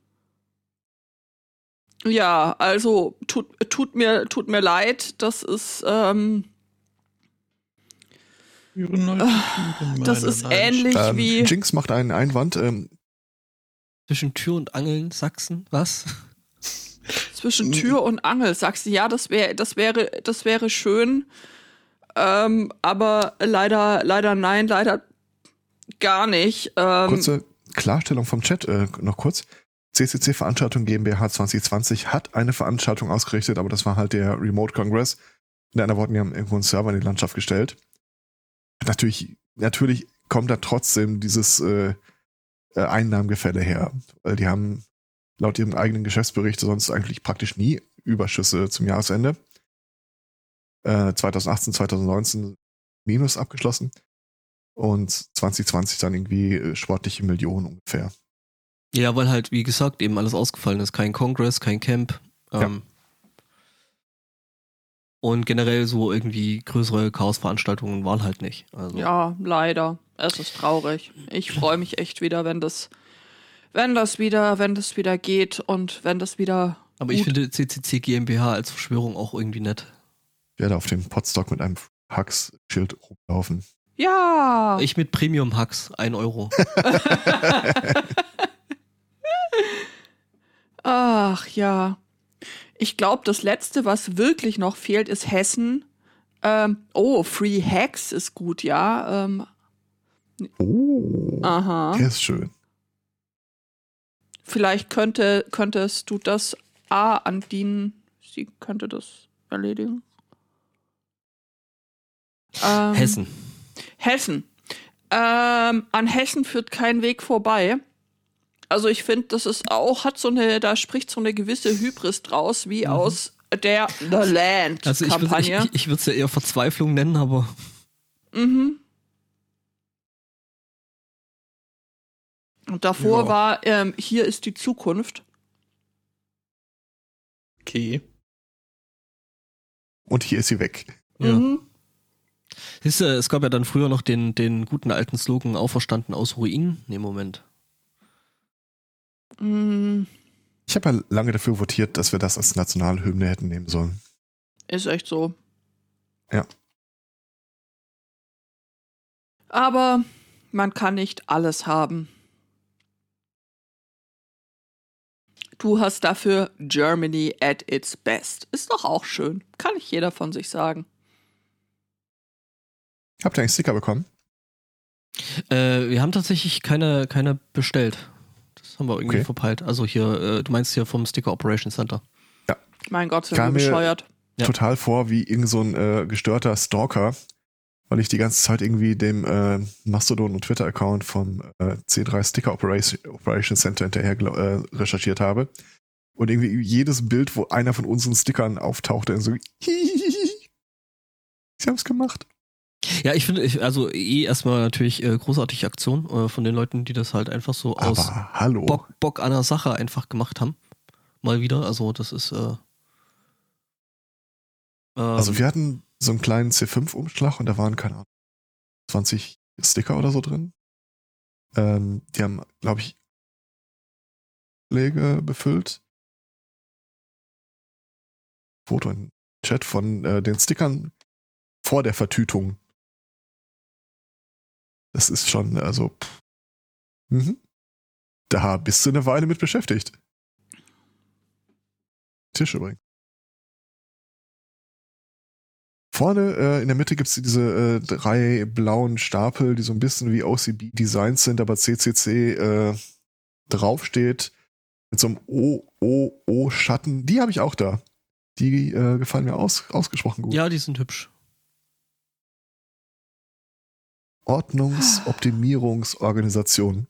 Ja, also tut mir leid, das ist das ist ähnlich wie Jinx macht einen Einwand. Zwischen Tür und Angeln, Sachsen, was? Zwischen Tür und Angel, sagst du, ja, das wäre schön, aber leider nein, leider gar nicht. Kurze Klarstellung vom Chat, noch kurz. CCC Veranstaltung GmbH 2020 hat eine Veranstaltung ausgerichtet, aber das war halt der Remote Congress. In anderen Worten, die haben irgendwo einen Server in die Landschaft gestellt. Natürlich kommt da trotzdem dieses Einnahmengefälle her. Weil die haben laut ihrem eigenen Geschäftsbericht sonst eigentlich praktisch nie Überschüsse zum Jahresende. 2018, 2019 Minus abgeschlossen und 2020 dann irgendwie sportliche Millionen ungefähr. Ja, weil halt, wie gesagt, eben alles ausgefallen ist. Kein Kongress, kein Camp. Und generell so irgendwie größere Chaosveranstaltungen waren halt nicht. Also. Ja, leider. Es ist traurig. Ich freue mich echt wieder, wenn das wieder geht und wenn das wieder. Aber ich finde CCC GmbH als Verschwörung auch irgendwie nett. Ich werde auf dem Podstock mit einem Hux-Schild rumlaufen. Ja! Ich mit Premium-Hux, 1 Euro. Ach ja. Ich glaube, das Letzte, was wirklich noch fehlt, ist Hessen. Free Hacks ist gut, ja. Aha. Der ist schön. Vielleicht könntest du das andienen. Sie könnte das erledigen. Hessen. An Hessen führt kein Weg vorbei. Also ich finde, das ist auch, da spricht so eine gewisse Hybris draus, wie aus der The Land-Kampagne. Also ich würde es ja eher Verzweiflung nennen, aber. Mhm. Und davor war, hier ist die Zukunft. Okay. Und hier ist sie weg. Ja. Mhm. Siehst du, es gab ja dann früher noch den guten alten Slogan Auferstanden aus Ruinen. Nee, Moment. Ich habe ja lange dafür votiert, dass wir das als Nationalhymne hätten nehmen sollen. Ist echt so. Ja. Aber man kann nicht alles haben. Du hast dafür Germany at its best. Ist doch auch schön. Kann nicht jeder von sich sagen. Habt ihr eigentlich Sticker bekommen? Wir haben tatsächlich keine bestellt. Das haben wir irgendwie verpeilt. Also hier, du meinst hier vom Sticker Operations Center. Ja. Mein Gott, sind wir bescheuert. Total vor wie irgend so ein gestörter Stalker, weil ich die ganze Zeit irgendwie dem Mastodon- und Twitter-Account vom C3 Sticker Operations Center hinterher recherchiert habe. Und irgendwie jedes Bild, wo einer von unseren Stickern auftauchte, so sie haben es gemacht. Ja, ich finde, erstmal natürlich großartige Aktion von den Leuten, die das halt einfach so aus Bock an der Sache einfach gemacht haben. Mal wieder, also das ist also wir hatten so einen kleinen C5-Umschlag und da waren, keine Ahnung, 20 Sticker oder so drin. Die haben, glaube ich, Pflege befüllt. Foto im Chat von den Stickern vor der Vertütung. Das ist schon, also da bist du eine Weile mit beschäftigt. Tisch übrigens. Vorne in der Mitte gibt es diese 3 blauen Stapel, die so ein bisschen wie OCB designt sind, aber CCC draufsteht. Mit so einem O-Schatten. Die habe ich auch da. Die gefallen mir ausgesprochen gut. Ja, die sind hübsch. Ordnungsoptimierungsorganisation.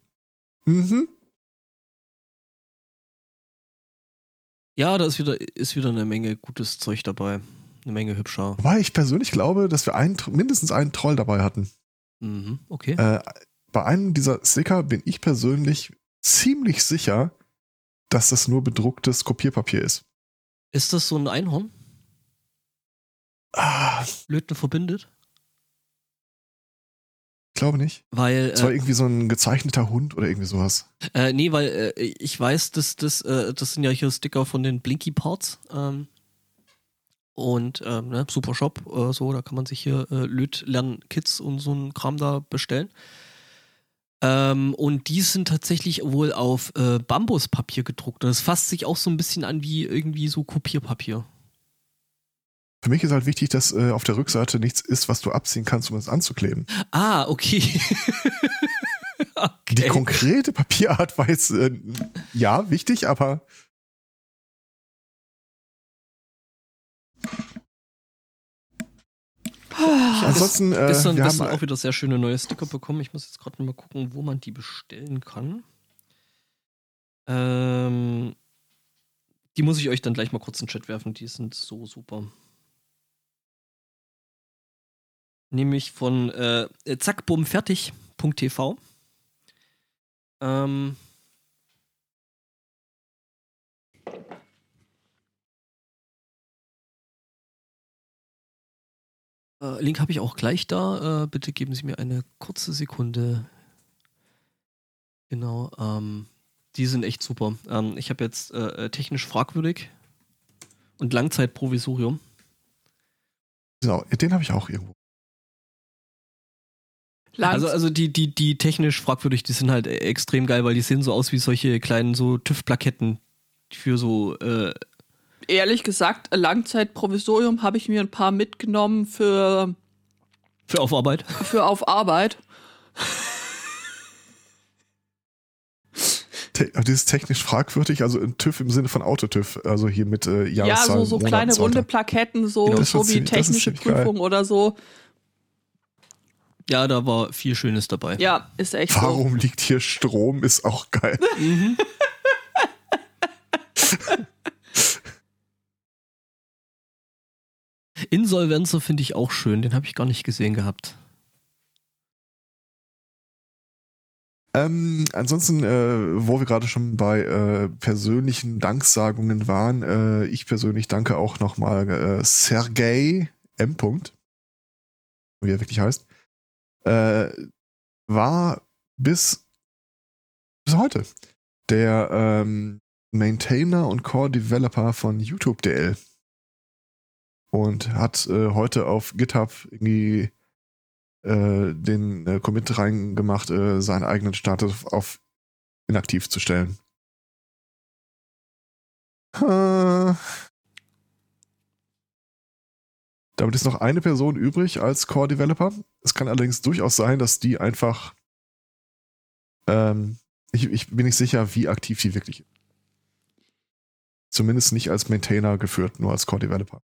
Ja, da ist wieder eine Menge gutes Zeug dabei. Eine Menge hübscher. Wobei ich persönlich glaube, dass wir mindestens einen Troll dabei hatten. Mhm, okay. Bei einem dieser Sticker bin ich persönlich ziemlich sicher, dass das nur bedrucktes Kopierpapier ist. Ist das so ein Einhorn? Löten verbindet? Ich glaube nicht. Weil es war irgendwie so ein gezeichneter Hund oder irgendwie sowas. Nee, weil ich weiß, das sind ja hier Sticker von den Blinky Parts. Und super Shop, da kann man sich hier Lötlern-Kits und so einen Kram da bestellen. Und die sind tatsächlich wohl auf Bambuspapier gedruckt. Das fasst sich auch so ein bisschen an wie irgendwie so Kopierpapier. Für mich ist halt wichtig, dass auf der Rückseite nichts ist, was du abziehen kannst, um es anzukleben. Ah, okay. Die konkrete Papierart war jetzt ja wichtig, aber ansonsten wir haben auch wieder sehr schöne neue Sticker bekommen. Ich muss jetzt gerade mal gucken, wo man die bestellen kann. Die muss ich euch dann gleich mal kurz in den Chat werfen, die sind so super. Nämlich von zackbummfertig.tv. Link habe ich auch gleich da. Bitte geben Sie mir eine kurze Sekunde. Genau. Die sind echt super. Ich habe jetzt technisch fragwürdig und Langzeitprovisorium. Genau, den habe ich auch irgendwo. Also die technisch fragwürdig, die sind halt extrem geil, weil die sehen so aus wie solche kleinen so TÜV-Plaketten für so ehrlich gesagt, Langzeitprovisorium habe ich mir ein paar mitgenommen für auf Arbeit. Für auf Arbeit. Das ist technisch fragwürdig, also ein TÜV im Sinne von Autotüv, also hier mit Jahreszahl, ja, so kleine runde Plaketten, so, genau, so wie technische Prüfung oder so. Ja, da war viel Schönes dabei. Ja, ist echt Warum so. liegt hier Strom, ist auch geil. Mhm. Insolvenzer finde ich auch schön, den habe ich gar nicht gesehen gehabt. Ansonsten, wo wir gerade schon bei persönlichen Danksagungen waren, ich persönlich danke auch nochmal Sergei M. wie er wirklich heißt, war bis heute der Maintainer und Core Developer von YouTube.dl und hat heute auf GitHub irgendwie den Commit reingemacht, seinen eigenen Status auf inaktiv zu stellen. Damit ist noch eine Person übrig als Core Developer. Es kann allerdings durchaus sein, dass die einfach ich bin nicht sicher, wie aktiv die wirklich ist. Zumindest nicht als Maintainer geführt, nur als Core Developer.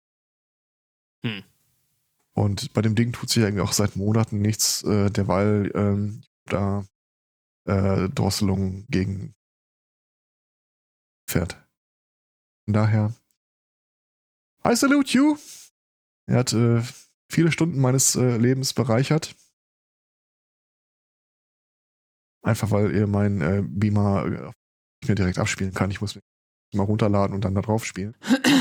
Und bei dem Ding tut sich irgendwie auch seit Monaten nichts, derweil da Drosselung gegen fährt. Von daher I salute you! Er hat viele Stunden meines Lebens bereichert. Einfach weil ihr mein Beamer nicht mehr direkt abspielen kann. Ich muss mir mal runterladen und dann da drauf spielen.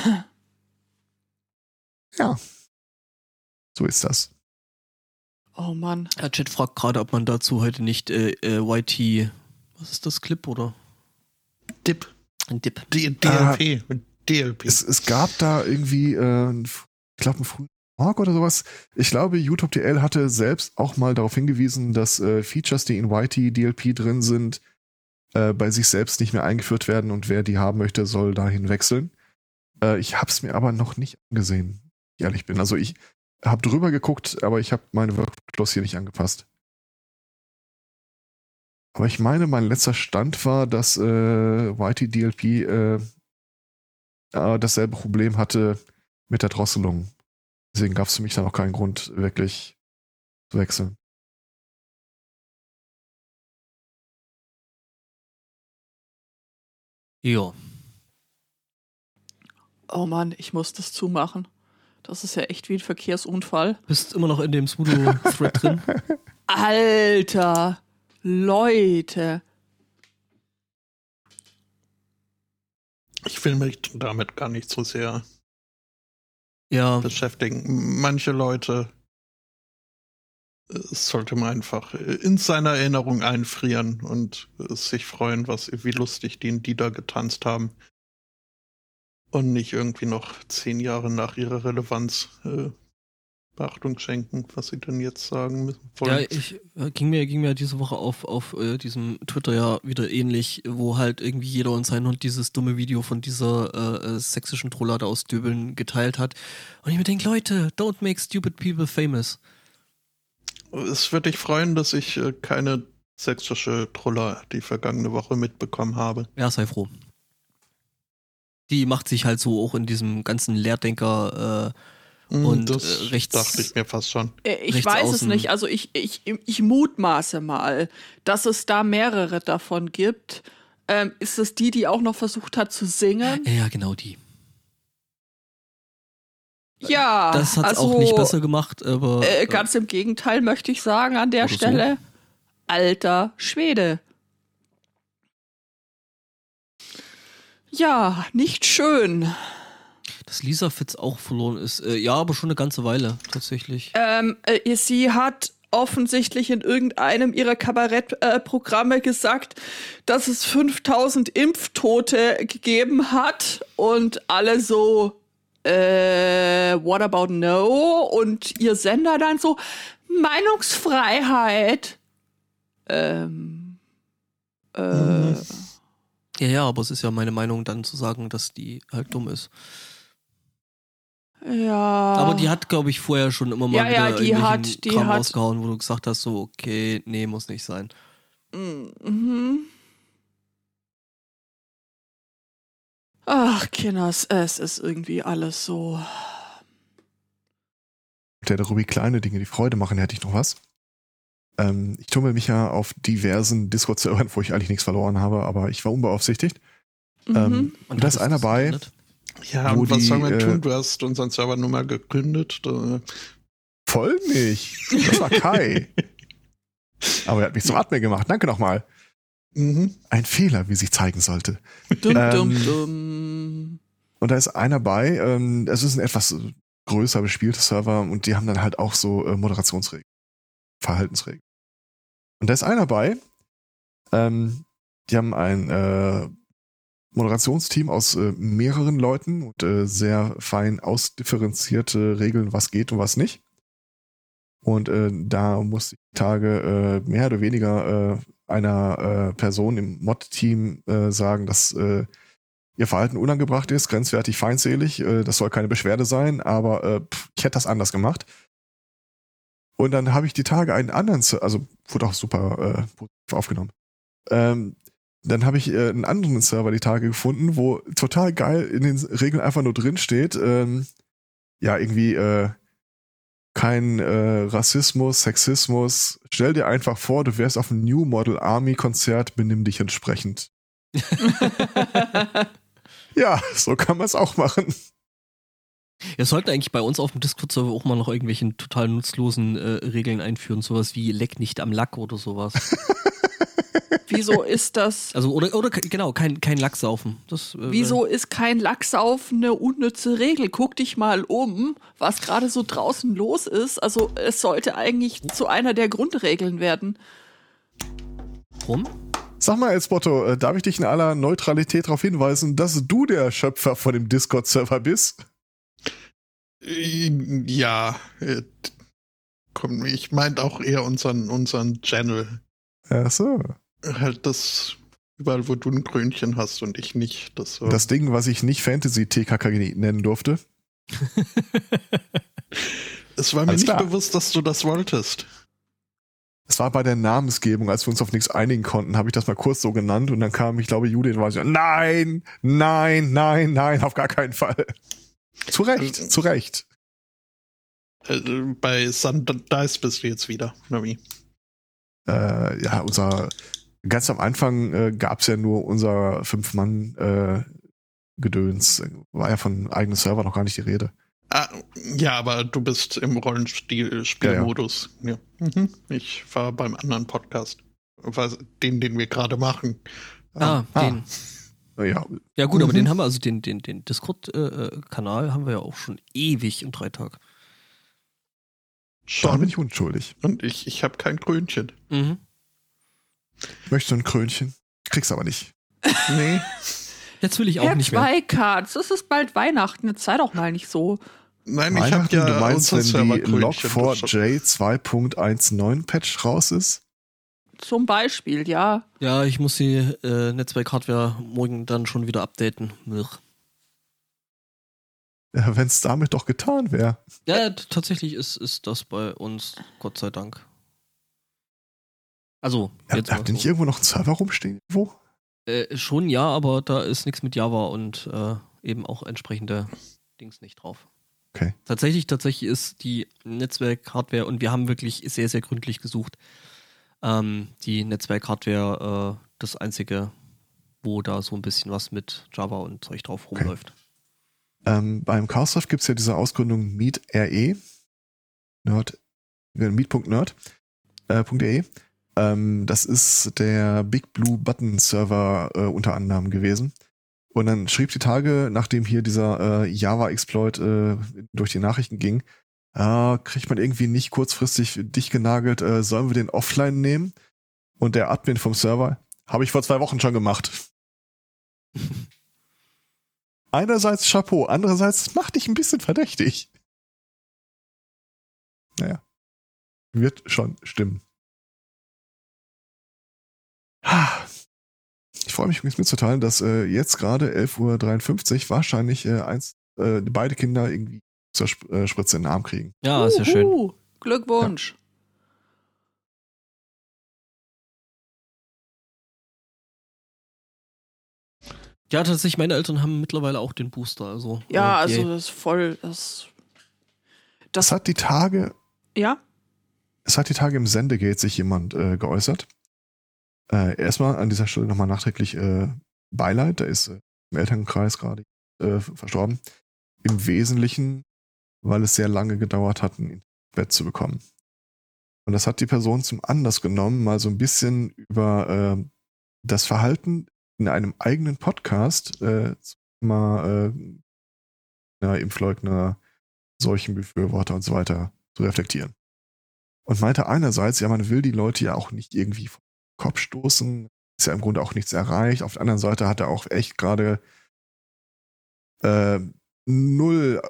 Ja. So ist das. Oh Mann. Der Chat fragt gerade, ob man dazu heute nicht YT, was ist das, Clip oder? Dip. Ein Dip. DLP. DLP. Es gab da irgendwie, ich glaube, einen frühen Talk oder sowas. Ich glaube, YouTube.dl hatte selbst auch mal darauf hingewiesen, dass Features, die in YT DLP drin sind, bei sich selbst nicht mehr eingeführt werden und wer die haben möchte, soll dahin wechseln. Ich habe es mir aber noch nicht angesehen, ehrlich bin. Also ich habe drüber geguckt, aber ich habe meine Workflows hier nicht angepasst. Aber ich meine, mein letzter Stand war, dass YT-DLP dasselbe Problem hatte mit der Drosselung. Deswegen gab es für mich dann auch keinen Grund, wirklich zu wechseln. Ja. Oh Mann, ich muss das zumachen. Das ist ja echt wie ein Verkehrsunfall. Bist immer noch in dem Sudo-Thread drin? Alter, Leute. Ich will mich damit gar nicht so sehr beschäftigen. Manche Leute sollte man einfach in seiner Erinnerung einfrieren und sich freuen, wie lustig die da getanzt haben. Und nicht irgendwie noch 10 Jahre nach ihrer Relevanz Beachtung schenken, was sie denn jetzt sagen wollen. Ja, ging mir diese Woche auf diesem Twitter ja wieder ähnlich, wo halt irgendwie jeder und sein Hund dieses dumme Video von dieser sächsischen Trollade aus Döbeln geteilt hat. Und ich mir denke, Leute, don't make stupid people famous. Es würde dich freuen, dass ich keine sächsische Troller die vergangene Woche mitbekommen habe. Ja, sei froh. Die macht sich halt so auch in diesem ganzen Lehrdenker und das rechts. Dachte ich mir fast schon. Ich weiß es nicht. Also ich mutmaße mal, dass es da mehrere davon gibt. Ist das die auch noch versucht hat zu singen? Ja, genau die. Ja. Das hat's auch nicht besser gemacht, aber. Ganz im Gegenteil möchte ich sagen an der Stelle. So. Alter Schwede. Ja, nicht schön. Dass Lisa Fitz auch verloren ist. Ja, aber schon eine ganze Weile, tatsächlich. Sie hat offensichtlich in irgendeinem ihrer Kabarettprogramme gesagt, dass es 5000 Impftote gegeben hat und alle so, what about no? Und ihr Sender dann so, Meinungsfreiheit. Ja, aber es ist ja meine Meinung, dann zu sagen, dass die halt dumm ist. Ja. Aber die hat, glaube ich, vorher schon immer mal wieder die hat Kram rausgehauen, wo du gesagt hast, so, okay, nee, muss nicht sein. Mhm. Ach, Kinders, es ist irgendwie alles so. Der Ruby kleine Dinge, die Freude machen, hätte ich noch was. Ich tummel mich ja auf diversen Discord-Servern, wo ich eigentlich nichts verloren habe, aber ich war unbeaufsichtigt. Und da ist einer bei. Ja, und was soll man tun? Du hast unseren Server nur mal gegründet. Voll nicht. Das war Kai. Aber er hat mich zum Admin gemacht. Danke nochmal. Ein Fehler, wie sich zeigen sollte. Dumm. Und da ist einer bei. Es ist ein etwas größer bespielter Server und die haben dann halt auch so Moderationsregeln, Verhaltensregeln. Und da ist einer bei. Die haben ein Moderationsteam aus mehreren Leuten und sehr fein ausdifferenzierte Regeln, was geht und was nicht. Und da musste ich die Tage mehr oder weniger einer Person im Mod-Team sagen, dass ihr Verhalten unangebracht ist, grenzwertig feindselig, das soll keine Beschwerde sein, aber ich hätte das anders gemacht. Und dann habe ich die Tage einen anderen, also wurde auch super positiv aufgenommen. Dann habe ich einen anderen Server die Tage gefunden, wo total geil in den Regeln einfach nur drin steht, irgendwie kein Rassismus, Sexismus. Stell dir einfach vor, du wärst auf einem New Model Army Konzert, benimm dich entsprechend. Ja, so kann man es auch machen. Wir sollten eigentlich bei uns auf dem Discord-Server auch mal noch irgendwelchen total nutzlosen Regeln einführen, sowas wie leck nicht am Lack oder sowas. Wieso ist das? Also, oder genau, kein Lacksaufen. Wieso ist kein Lacksaufen eine unnütze Regel? Guck dich mal um, was gerade so draußen los ist. Also, es sollte eigentlich zu einer der Grundregeln werden. Warum? Sag mal, Elsbotto, darf ich dich in aller Neutralität darauf hinweisen, dass du der Schöpfer von dem Discord-Server bist? Ja, komm, ich meinte auch eher unseren Channel. Ach so. Halt das, überall wo du ein Krönchen hast und ich nicht. Das Ding, was ich nicht Fantasy-TKKG nennen durfte. Es war mir nicht bewusst, dass du das wolltest. Es war bei der Namensgebung, als wir uns auf nichts einigen konnten, habe ich das mal kurz so genannt und dann kam, ich glaube, Judith war so, nein, auf gar keinen Fall. Zu Recht. Bei Sundice bist du jetzt wieder, Nami. Ja, ganz am Anfang gab es ja nur unser 5-Mann-Gedöns. War ja von eigenen Server noch gar nicht die Rede. Ja, aber du bist im Rollenspielmodus. Ja. Ich war beim anderen Podcast. Den wir gerade machen. Den. Ja. Ja gut, aber den haben wir, also den Discord-Kanal haben wir ja auch schon ewig im 3-Tag. Da bin ich unschuldig. Und ich habe kein Krönchen. Möchtest du ein Krönchen? Kriegst aber nicht. Nee. Jetzt will ich auch nicht mehr. 2 Cards, es ist bald Weihnachten, jetzt sei doch mal nicht so. Nein, ich habe ja du meinst, wenn die Server-Krönchen. Log4j 2.19 Patch raus ist? Zum Beispiel, ja. Ja, ich muss die Netzwerk-Hardware morgen dann schon wieder updaten. Ja, wenn es damit doch getan wäre. Ja, tatsächlich ist das bei uns, Gott sei Dank. Also, jetzt habt ihr nicht irgendwo noch einen Server rumstehen? Wo? Schon ja, aber da ist nichts mit Java und eben auch entsprechende Dings nicht drauf. Okay. Tatsächlich ist die Netzwerk-Hardware, und wir haben wirklich sehr, sehr gründlich gesucht, die Netzwerk-Hardware das einzige wo da so ein bisschen was mit Java und Zeug drauf rumläuft. Beim Chaosraft gibt es ja diese Ausgründung Meet.re, meet.nerd.de. Das ist der Big Blue Button Server unter anderem gewesen. Und dann schrieb die Tage, nachdem hier dieser Java-Exploit durch die Nachrichten ging, kriegt man irgendwie nicht kurzfristig dicht genagelt, sollen wir den offline nehmen? Und der Admin vom Server, habe ich vor 2 Wochen schon gemacht. Einerseits Chapeau, andererseits macht dich ein bisschen verdächtig. Naja, wird schon stimmen. Ich freue mich übrigens mitzuteilen, dass jetzt gerade 11:53 Uhr wahrscheinlich beide Kinder irgendwie zur Spritze in den Arm kriegen. Ja, ist ja schön. Glückwunsch. Ja, tatsächlich, meine Eltern haben mittlerweile auch den Booster. Also, ja, also das ist voll. Das hat die Tage. Ja? Es hat die Tage im Sendegate sich jemand geäußert. Erstmal an dieser Stelle nochmal nachträglich Beileid. Der ist im Elternkreis gerade verstorben. Im Wesentlichen, weil es sehr lange gedauert hat, ein Bett zu bekommen. Und das hat die Person zum Anlass genommen, mal so ein bisschen über das Verhalten in einem eigenen Podcast zum Thema Impfleugner, Seuchenbefürworter und so weiter zu reflektieren. Und meinte einerseits, ja, man will die Leute ja auch nicht irgendwie vom Kopf stoßen, ist ja im Grunde auch nichts erreicht. Auf der anderen Seite hat er auch echt gerade null,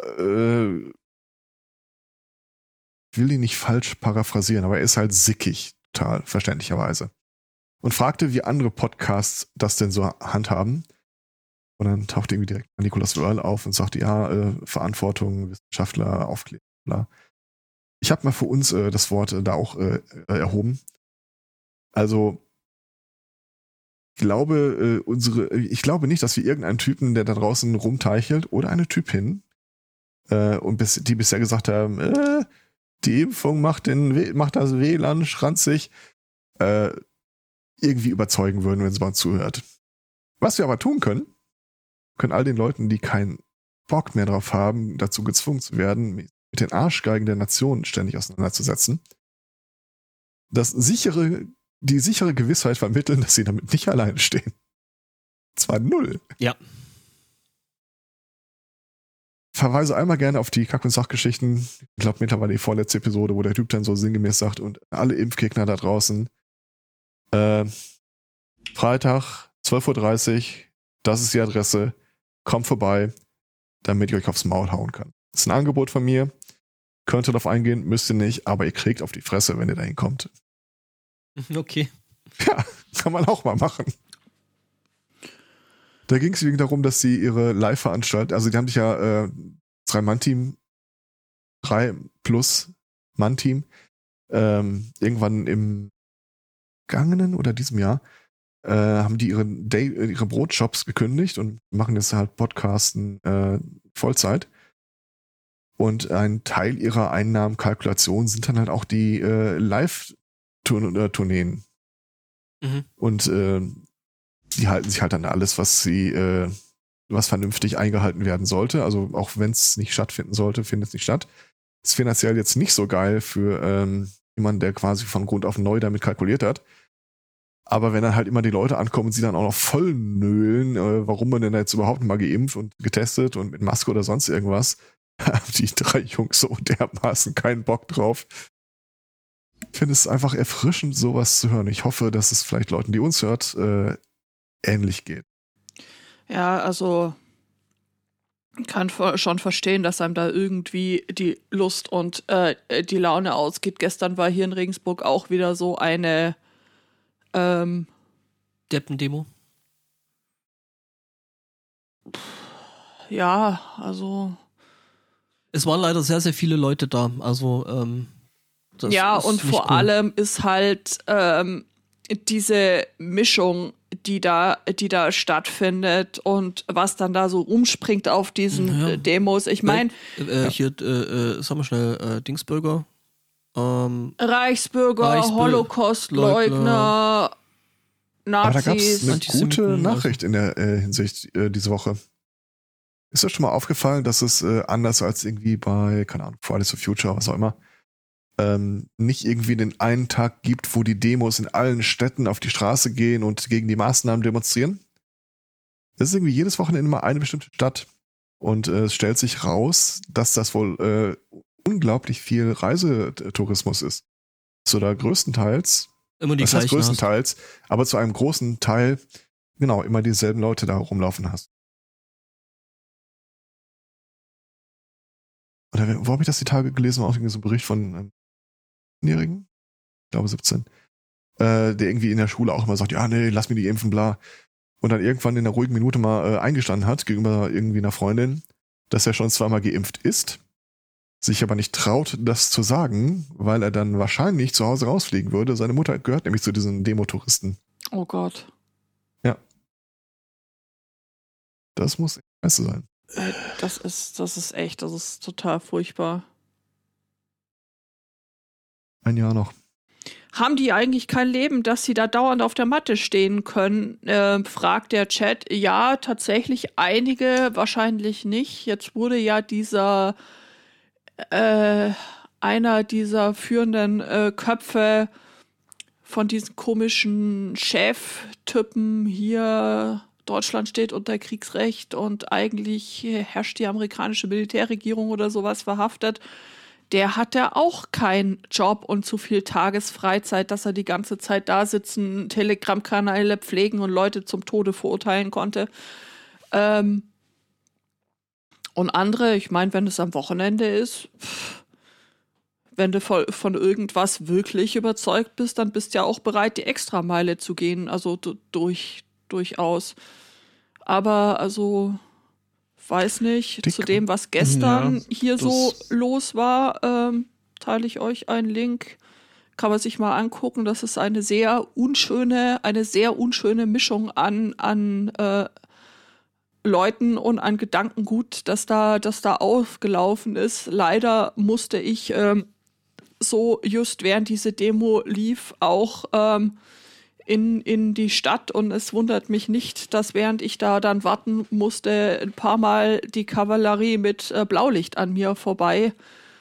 ich will ihn nicht falsch paraphrasieren, aber er ist halt sickig, total, verständlicherweise. Und fragte, wie andere Podcasts das denn so handhaben. Und dann tauchte irgendwie direkt Nicolas Earl auf und sagte, ja, Verantwortung, Wissenschaftler, Aufklärung, bla. Ich habe mal für uns das Wort da auch erhoben. Also ich glaube nicht, dass wir irgendeinen Typen, der da draußen rumteichelt, oder eine Typin, die bisher gesagt haben, die Impfung macht das WLAN schranzig, irgendwie überzeugen würden, wenn sie mal zuhört. Was wir aber tun können all den Leuten, die keinen Bock mehr drauf haben, dazu gezwungen zu werden, mit den Arschgeigen der Nation ständig auseinanderzusetzen, die sichere Gewissheit vermitteln, dass sie damit nicht alleine stehen. Zwar 0. Ja. Verweise einmal gerne auf die Kack- und Sachgeschichten. Ich glaube mittlerweile die vorletzte Episode, wo der Typ dann so sinngemäß sagt, und alle Impfgegner da draußen, Freitag, 12:30 Uhr, das ist die Adresse, kommt vorbei, damit ich euch aufs Maul hauen kann. Das ist ein Angebot von mir, könnt ihr darauf eingehen, müsst ihr nicht, aber ihr kriegt auf die Fresse, wenn ihr dahin kommt. Okay. Ja, kann man auch mal machen. Da ging es darum, dass sie ihre Live-Veranstaltung, also die haben sich ja 3-Mann-Team, 3+-Mann-Team, irgendwann im vergangenen oder diesem Jahr, haben die ihre Brotshops gekündigt und machen jetzt halt Podcasten Vollzeit. Und ein Teil ihrer Einnahmenkalkulation sind dann halt auch die Live-Tourneen. Mhm. Und die halten sich halt an alles, was vernünftig eingehalten werden sollte. Also auch wenn es nicht stattfinden sollte, findet es nicht statt. Ist finanziell jetzt nicht so geil für jemanden, der quasi von Grund auf neu damit kalkuliert hat. Aber wenn dann halt immer die Leute ankommen und sie dann auch noch voll nölen, warum man denn jetzt überhaupt mal geimpft und getestet und mit Maske oder sonst irgendwas, haben die 3 Jungs so dermaßen keinen Bock drauf. Ich finde es einfach erfrischend, sowas zu hören. Ich hoffe, dass es vielleicht Leuten, die uns hört, ähnlich geht. Ja, also kann schon verstehen, dass einem da irgendwie die Lust und die Laune ausgeht. Gestern war hier in Regensburg auch wieder so eine Deppendemo? Ja, also es waren leider sehr, sehr viele Leute da. Also das ja, ist und nicht vor cool. allem ist halt diese Mischung, die da stattfindet und was dann da so rumspringt auf diesen Demos. Ich meine, hier, sag mal schnell, Dingsbürger. Reichsbürger, Holocaustleugner, Aber da gab es eine Antisemiten, gute Nachricht in der Hinsicht diese Woche. Ist euch schon mal aufgefallen, dass es anders als irgendwie bei, keine Ahnung, Fridays for Future, was auch immer, nicht irgendwie den einen Tag gibt, wo die Demos in allen Städten auf die Straße gehen und gegen die Maßnahmen demonstrieren? Es ist irgendwie jedes Wochenende mal eine bestimmte Stadt. Und es stellt sich raus, dass das wohl unglaublich viel Reisetourismus ist. So da größtenteils, Immer die das heißt gleichen größtenteils, aber zu einem großen Teil, genau, immer dieselben Leute da rumlaufen hast. Oder wo habe ich das die Tage gelesen? Auch irgendwie so ein Bericht von einem 17-Jährigen, ich glaube 17, der irgendwie in der Schule auch immer sagt, ja, nee, lass mir die impfen, bla. Und dann irgendwann in einer ruhigen Minute mal eingestanden hat gegenüber irgendwie einer Freundin, dass er schon zweimal geimpft ist, sich aber nicht traut, das zu sagen, weil er dann wahrscheinlich zu Hause rausfliegen würde. Seine Mutter gehört nämlich zu diesen Demotouristen. Oh Gott. Ja. Das muss scheiße sein. Das ist total furchtbar. Ein Jahr noch. Haben die eigentlich kein Leben, dass sie da dauernd auf der Matte stehen können? Fragt der Chat. Ja, tatsächlich einige, wahrscheinlich nicht. Jetzt wurde ja einer dieser führenden Köpfe von diesen komischen Cheftypen hier, Deutschland steht unter Kriegsrecht und eigentlich herrscht die amerikanische Militärregierung oder sowas, verhaftet. Der hat ja auch keinen Job und zu viel Tagesfreizeit, dass er die ganze Zeit da sitzen, Telegram-Kanäle pflegen und Leute zum Tode verurteilen konnte. Und andere, ich meine, wenn es am Wochenende ist, wenn du von irgendwas wirklich überzeugt bist, dann bist du ja auch bereit, die Extrameile zu gehen, also durchaus. Aber also weiß nicht, zu dem, was gestern hier so los war, teile ich euch einen Link. Kann man sich mal angucken. Das ist eine sehr unschöne Mischung an Leuten und an Gedankengut, das da aufgelaufen ist. Leider musste ich so just während diese Demo lief auch in die Stadt und es wundert mich nicht, dass während ich da dann warten musste, ein paar Mal die Kavallerie mit Blaulicht an mir vorbei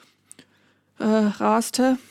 raste.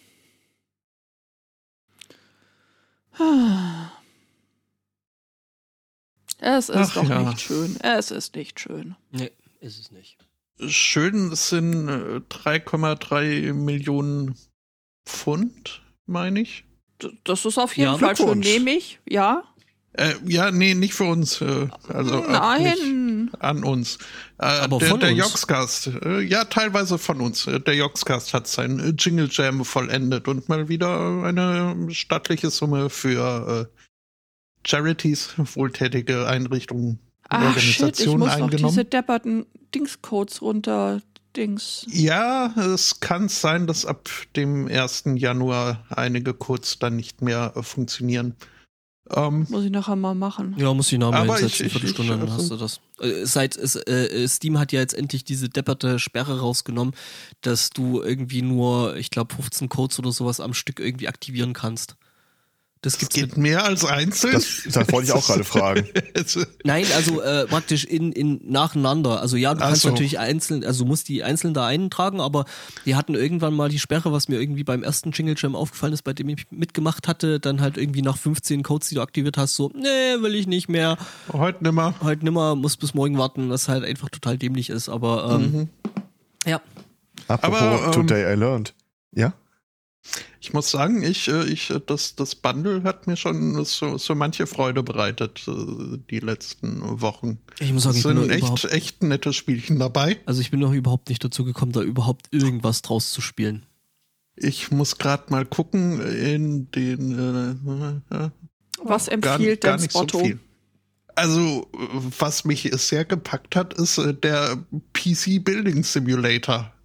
Es ist nicht schön. Es ist nicht schön. Nee, ist es nicht. Schön, es sind 3,3 Millionen Pfund, meine ich. Das ist auf jeden Fall schön, nehme ich, ja. Ja, nee, nicht für uns. Also nein. An uns. Aber von der uns? Joxcast, ja, teilweise von uns. Der Joxcast hat sein Jingle Jam vollendet und mal wieder eine stattliche Summe für Charities, wohltätige Einrichtungen, Organisationen ich muss eingenommen. noch diese depperten Dingscodes runter. Ja, es kann sein, dass ab dem 1. Januar einige Codes dann nicht mehr funktionieren. Muss ich nachher mal machen. Ja, muss ich nachher mal hinsetzen, ich, Viertelstunde, dann hast du das. Steam hat ja jetzt endlich diese depperte Sperre rausgenommen, dass du irgendwie nur, ich glaube, 15 Codes oder sowas am Stück irgendwie aktivieren kannst. Das geht mehr als einzeln? Das wollte ich auch gerade fragen. Nein, also praktisch in nacheinander. Also ja, du kannst natürlich einzeln, also du musst die einzeln da eintragen, aber die hatten irgendwann mal die Sperre, was mir irgendwie beim ersten Jingle Jam aufgefallen ist, bei dem ich mitgemacht hatte, dann halt irgendwie nach 15 Codes, die du aktiviert hast, so, nee, will ich nicht mehr. Heute nimmer, muss bis morgen warten, was halt einfach total dämlich ist, aber ja. Apropos Today I Learned. Ja? Ich muss sagen, das Bundle hat mir schon so manche Freude bereitet, die letzten Wochen. Ich muss sagen, es sind echt nette Spielchen dabei. Also ich bin noch überhaupt nicht dazu gekommen, da überhaupt irgendwas draus zu spielen. Ich muss gerade mal gucken in den was empfiehlt denn Spotto? So viel. Also, was mich sehr gepackt hat, ist der PC Building Simulator.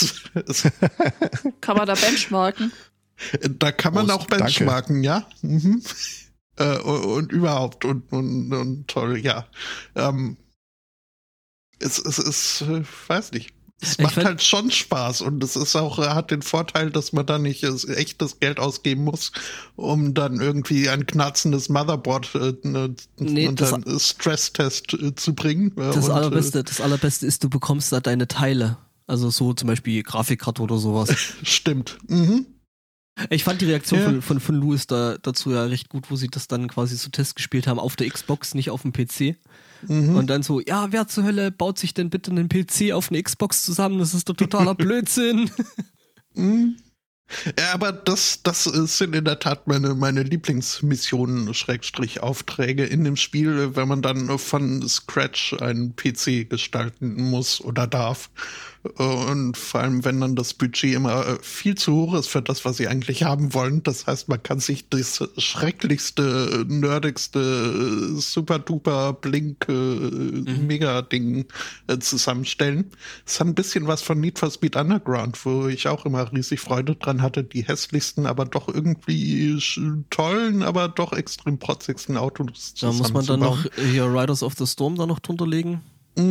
Kann man da benchmarken? Da kann man auch benchmarken, ja. Mhm. Und überhaupt und toll, ja. Es ist, weiß nicht. Es macht halt schon Spaß und es ist auch, hat den Vorteil, dass man da nicht echtes Geld ausgeben muss, um dann irgendwie ein knarzendes Motherboard und einen Stresstest zu bringen. Das Allerbeste ist, du bekommst da deine Teile. Also so zum Beispiel Grafikkarte oder sowas. Stimmt. Mhm. Ich fand die Reaktion von Louis dazu ja recht gut, wo sie das dann quasi so Test gespielt haben auf der Xbox, nicht auf dem PC. Und dann so, ja, wer zur Hölle baut sich denn bitte einen PC auf eine Xbox zusammen? Das ist doch totaler Blödsinn. Ja, aber das sind in der Tat meine Lieblingsmissionen, Aufträge in dem Spiel, wenn man dann von Scratch einen PC gestalten muss oder darf. Und vor allem, wenn dann das Budget immer viel zu hoch ist für das, was sie eigentlich haben wollen. Das heißt, man kann sich das schrecklichste, nerdigste, super-duper Blink Mega-Ding zusammenstellen. Es hat ein bisschen was von Need for Speed Underground, wo ich auch immer riesig Freude dran hatte, die hässlichsten, aber doch irgendwie tollen, aber doch extrem protzigsten Autos da muss man dann noch hier Riders of the Storm da noch drunter legen.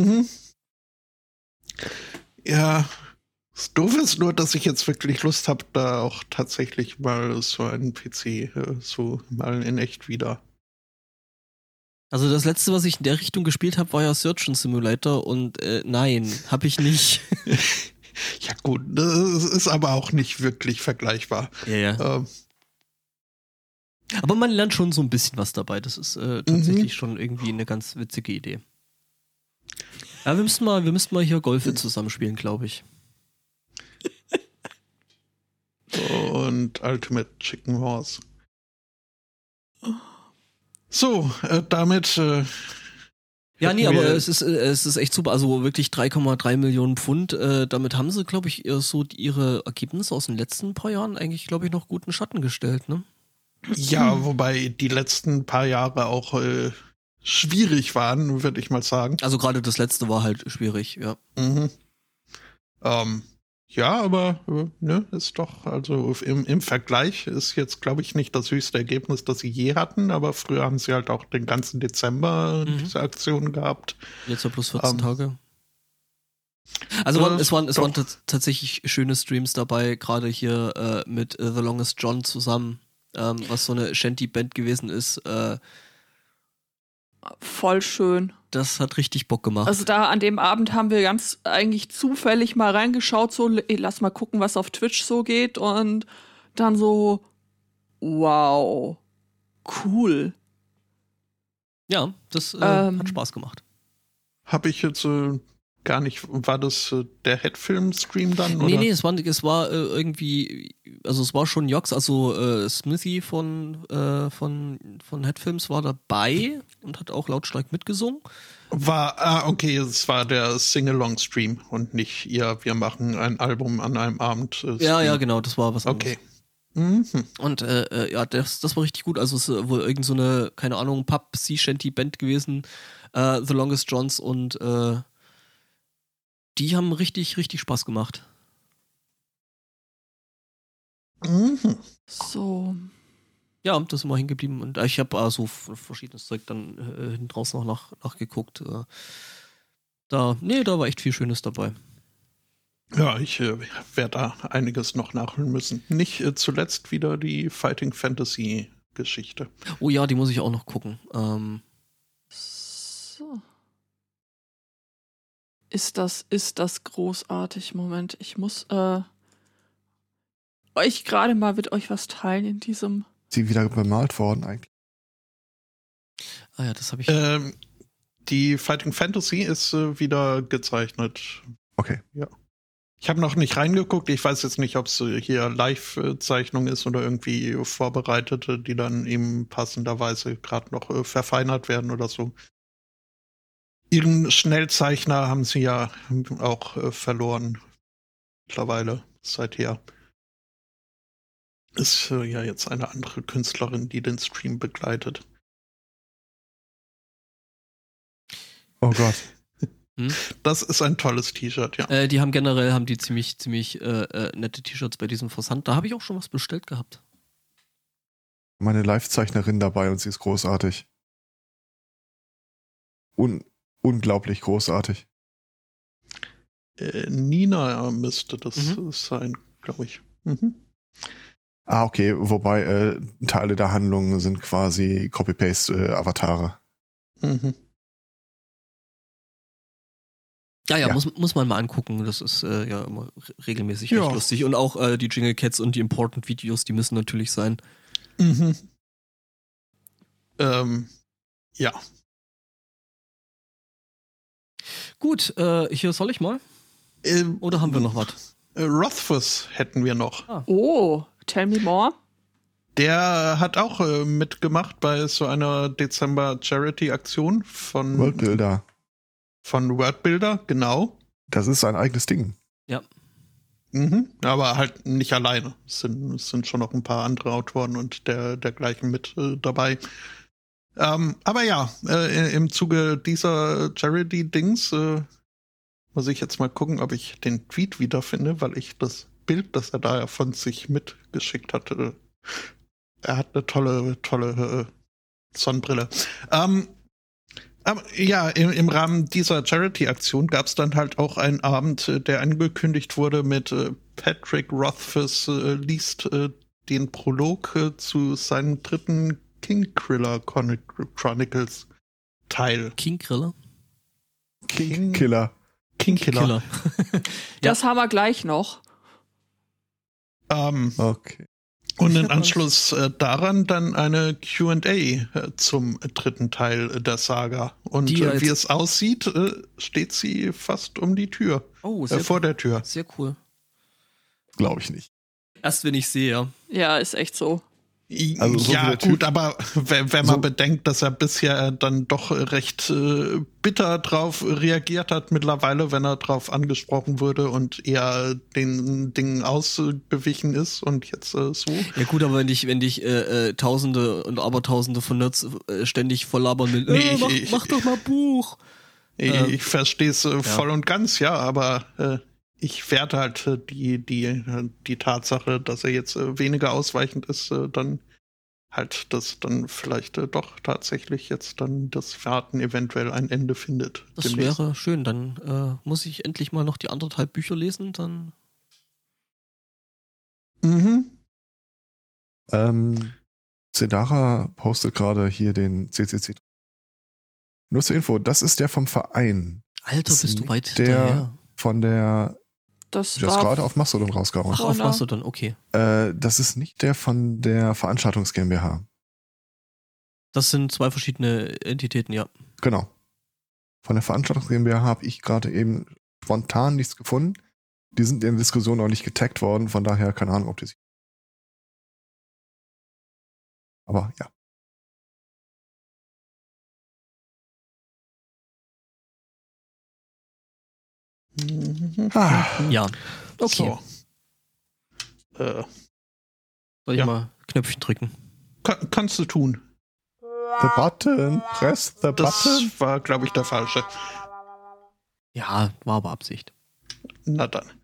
Ja, das Doofe ist nur, dass ich jetzt wirklich Lust habe, da auch tatsächlich mal so einen PC so mal in echt wieder. Also das letzte, was ich in der Richtung gespielt habe, war ja Surgeon Simulator und nein, habe ich nicht. Ja gut, das ist aber auch nicht wirklich vergleichbar. Ja. Aber man lernt schon so ein bisschen was dabei. Das ist tatsächlich schon irgendwie eine ganz witzige Idee. Ja, wir müssen mal hier Golf zusammenspielen, glaube ich. Und Ultimate Chicken Horse. So, damit. Ja, nee, aber es ist echt super. Also wirklich 3,3 Millionen Pfund. Damit haben sie, glaube ich, so ihre Ergebnisse aus den letzten paar Jahren eigentlich, glaube ich, noch gut in Schatten gestellt, ne? Ja, wobei die letzten paar Jahre auch schwierig waren, würde ich mal sagen. Also gerade das letzte war halt schwierig, ja. Ja, aber ne, ist doch, also im Vergleich ist jetzt, glaube ich, nicht das höchste Ergebnis, das sie je hatten, aber früher haben sie halt auch den ganzen Dezember diese Aktion gehabt. Jetzt war plus 14 Tage. Also es waren tatsächlich schöne Streams dabei, gerade hier mit The Longest John zusammen, was so eine Shanty-Band gewesen ist. Voll schön. Das hat richtig Bock gemacht. Also da an dem Abend haben wir ganz eigentlich zufällig mal reingeschaut, so lass mal gucken, was auf Twitch so geht und dann so, wow, cool. Ja, das hat Spaß gemacht. Habe ich jetzt gar nicht, war das der Headfilm-Stream dann? Oder? Nee, es war irgendwie, also es war schon Jox, also Smithy von Headfilms war dabei und hat auch lautstark mitgesungen. Okay, es war der Sing-Along-Stream und nicht wir machen ein Album an einem Abend. Ja, genau, das war was anderes. Okay. Und ja, das war richtig gut. Also es ist wohl irgend so eine, keine Ahnung, Pub-Sea-Shanty-Band gewesen, The Longest Johns und die haben richtig, richtig Spaß gemacht. So. Ja, da sind wir hingeblieben und ich habe so verschiedenes Zeug dann hinten draußen noch nachgeguckt. Da war echt viel Schönes dabei. Ja, ich werde da einiges noch nachholen müssen. Nicht zuletzt wieder die Fighting Fantasy Geschichte. Oh ja, die muss ich auch noch gucken. So. Ist das großartig? Moment, ich muss euch gerade mal mit euch was teilen in diesem. Sie wieder bemalt worden eigentlich. Ah ja, das habe ich. Die Fighting Fantasy ist wieder gezeichnet. Okay. Ja. Ich habe noch nicht reingeguckt. Ich weiß jetzt nicht, ob es hier Live-Zeichnung ist oder irgendwie vorbereitete, die dann eben passenderweise gerade noch verfeinert werden oder so. Ihren Schnellzeichner haben sie ja auch verloren. Mittlerweile, seither. Ist ja jetzt eine andere Künstlerin, die den Stream begleitet. Oh Gott. Das ist ein tolles T-Shirt, ja. Die haben generell ziemlich nette T-Shirts bei diesem Versand. Da habe ich auch schon was bestellt gehabt. Meine Live-Zeichnerin dabei und sie ist großartig. Unglaublich großartig. Nina müsste das sein, glaube ich. Okay, wobei Teile der Handlung sind quasi Copy-Paste-Avatare. Ja, muss man mal angucken. Das ist ja immer regelmäßig recht lustig. Und auch die Jingle Cats und die Important Videos, die müssen natürlich sein. Ja. Gut, hier soll ich mal? Oder haben wir noch was? Rothfuss hätten wir noch. Oh, tell me more. Der hat auch mitgemacht bei so einer Dezember-Charity-Aktion von Worldbuilder. Von Wordbuilder, genau. Das ist ein eigenes Ding. Ja. Aber halt nicht alleine. Es sind schon noch ein paar andere Autoren und dergleichen mit dabei. Aber ja, im Zuge dieser Charity-Dings muss ich jetzt mal gucken, ob ich den Tweet wiederfinde, weil ich das Bild, das er da von sich mitgeschickt hatte, er hat eine tolle Sonnenbrille. Aber ja, im Rahmen dieser Charity-Aktion gab es dann halt auch einen Abend, der angekündigt wurde mit Patrick Rothfuss liest den Prolog zu seinem dritten Kingkiller Chronicles Teil. Kingkiller? Kingkiller. Das haben wir gleich noch. Okay. Und im Anschluss daran dann eine Q&A zum dritten Teil der Saga. Und wie es aussieht, steht sie fast um die Tür. Vor der Tür. Sehr cool. Glaube ich nicht. Erst wenn ich sehe, ja. Ja, ist echt so. Also so ja, gut, aber wenn man bedenkt, dass er bisher dann doch recht bitter drauf reagiert hat mittlerweile, wenn er drauf angesprochen wurde und eher den Dingen ausgewichen ist und jetzt so. Ja gut, aber wenn dich Tausende und Abertausende von Nerds ständig voll labern will, mach doch mal Buch. Ich verstehe es voll und ganz, ja, aber ich werte halt die Tatsache, dass er jetzt weniger ausweichend ist, dann halt, dass dann vielleicht doch tatsächlich jetzt dann das Warten eventuell ein Ende findet. Das demnächst. Wäre schön, dann muss ich endlich mal noch die 1,5 Bücher lesen, dann. Zedara postet gerade hier den CCC. Nur zur Info, das ist der vom Verein. Alter, bist du weit der von der das war gerade auf Mastodon rausgehauen. Ach, auf Mastodon, okay. Das ist nicht der von der Veranstaltungs GmbH. Das sind 2 verschiedene Entitäten, ja. Genau. Von der Veranstaltungs GmbH habe ich gerade eben spontan nichts gefunden. Die sind in der Diskussion auch nicht getaggt worden, von daher keine Ahnung, ob die sich. Aber ja. Ja, okay. So. Soll ich mal Knöpfchen drücken? Kannst du tun. The button, press the button. Das war, glaube ich, der falsche. Ja, war aber Absicht. Na dann.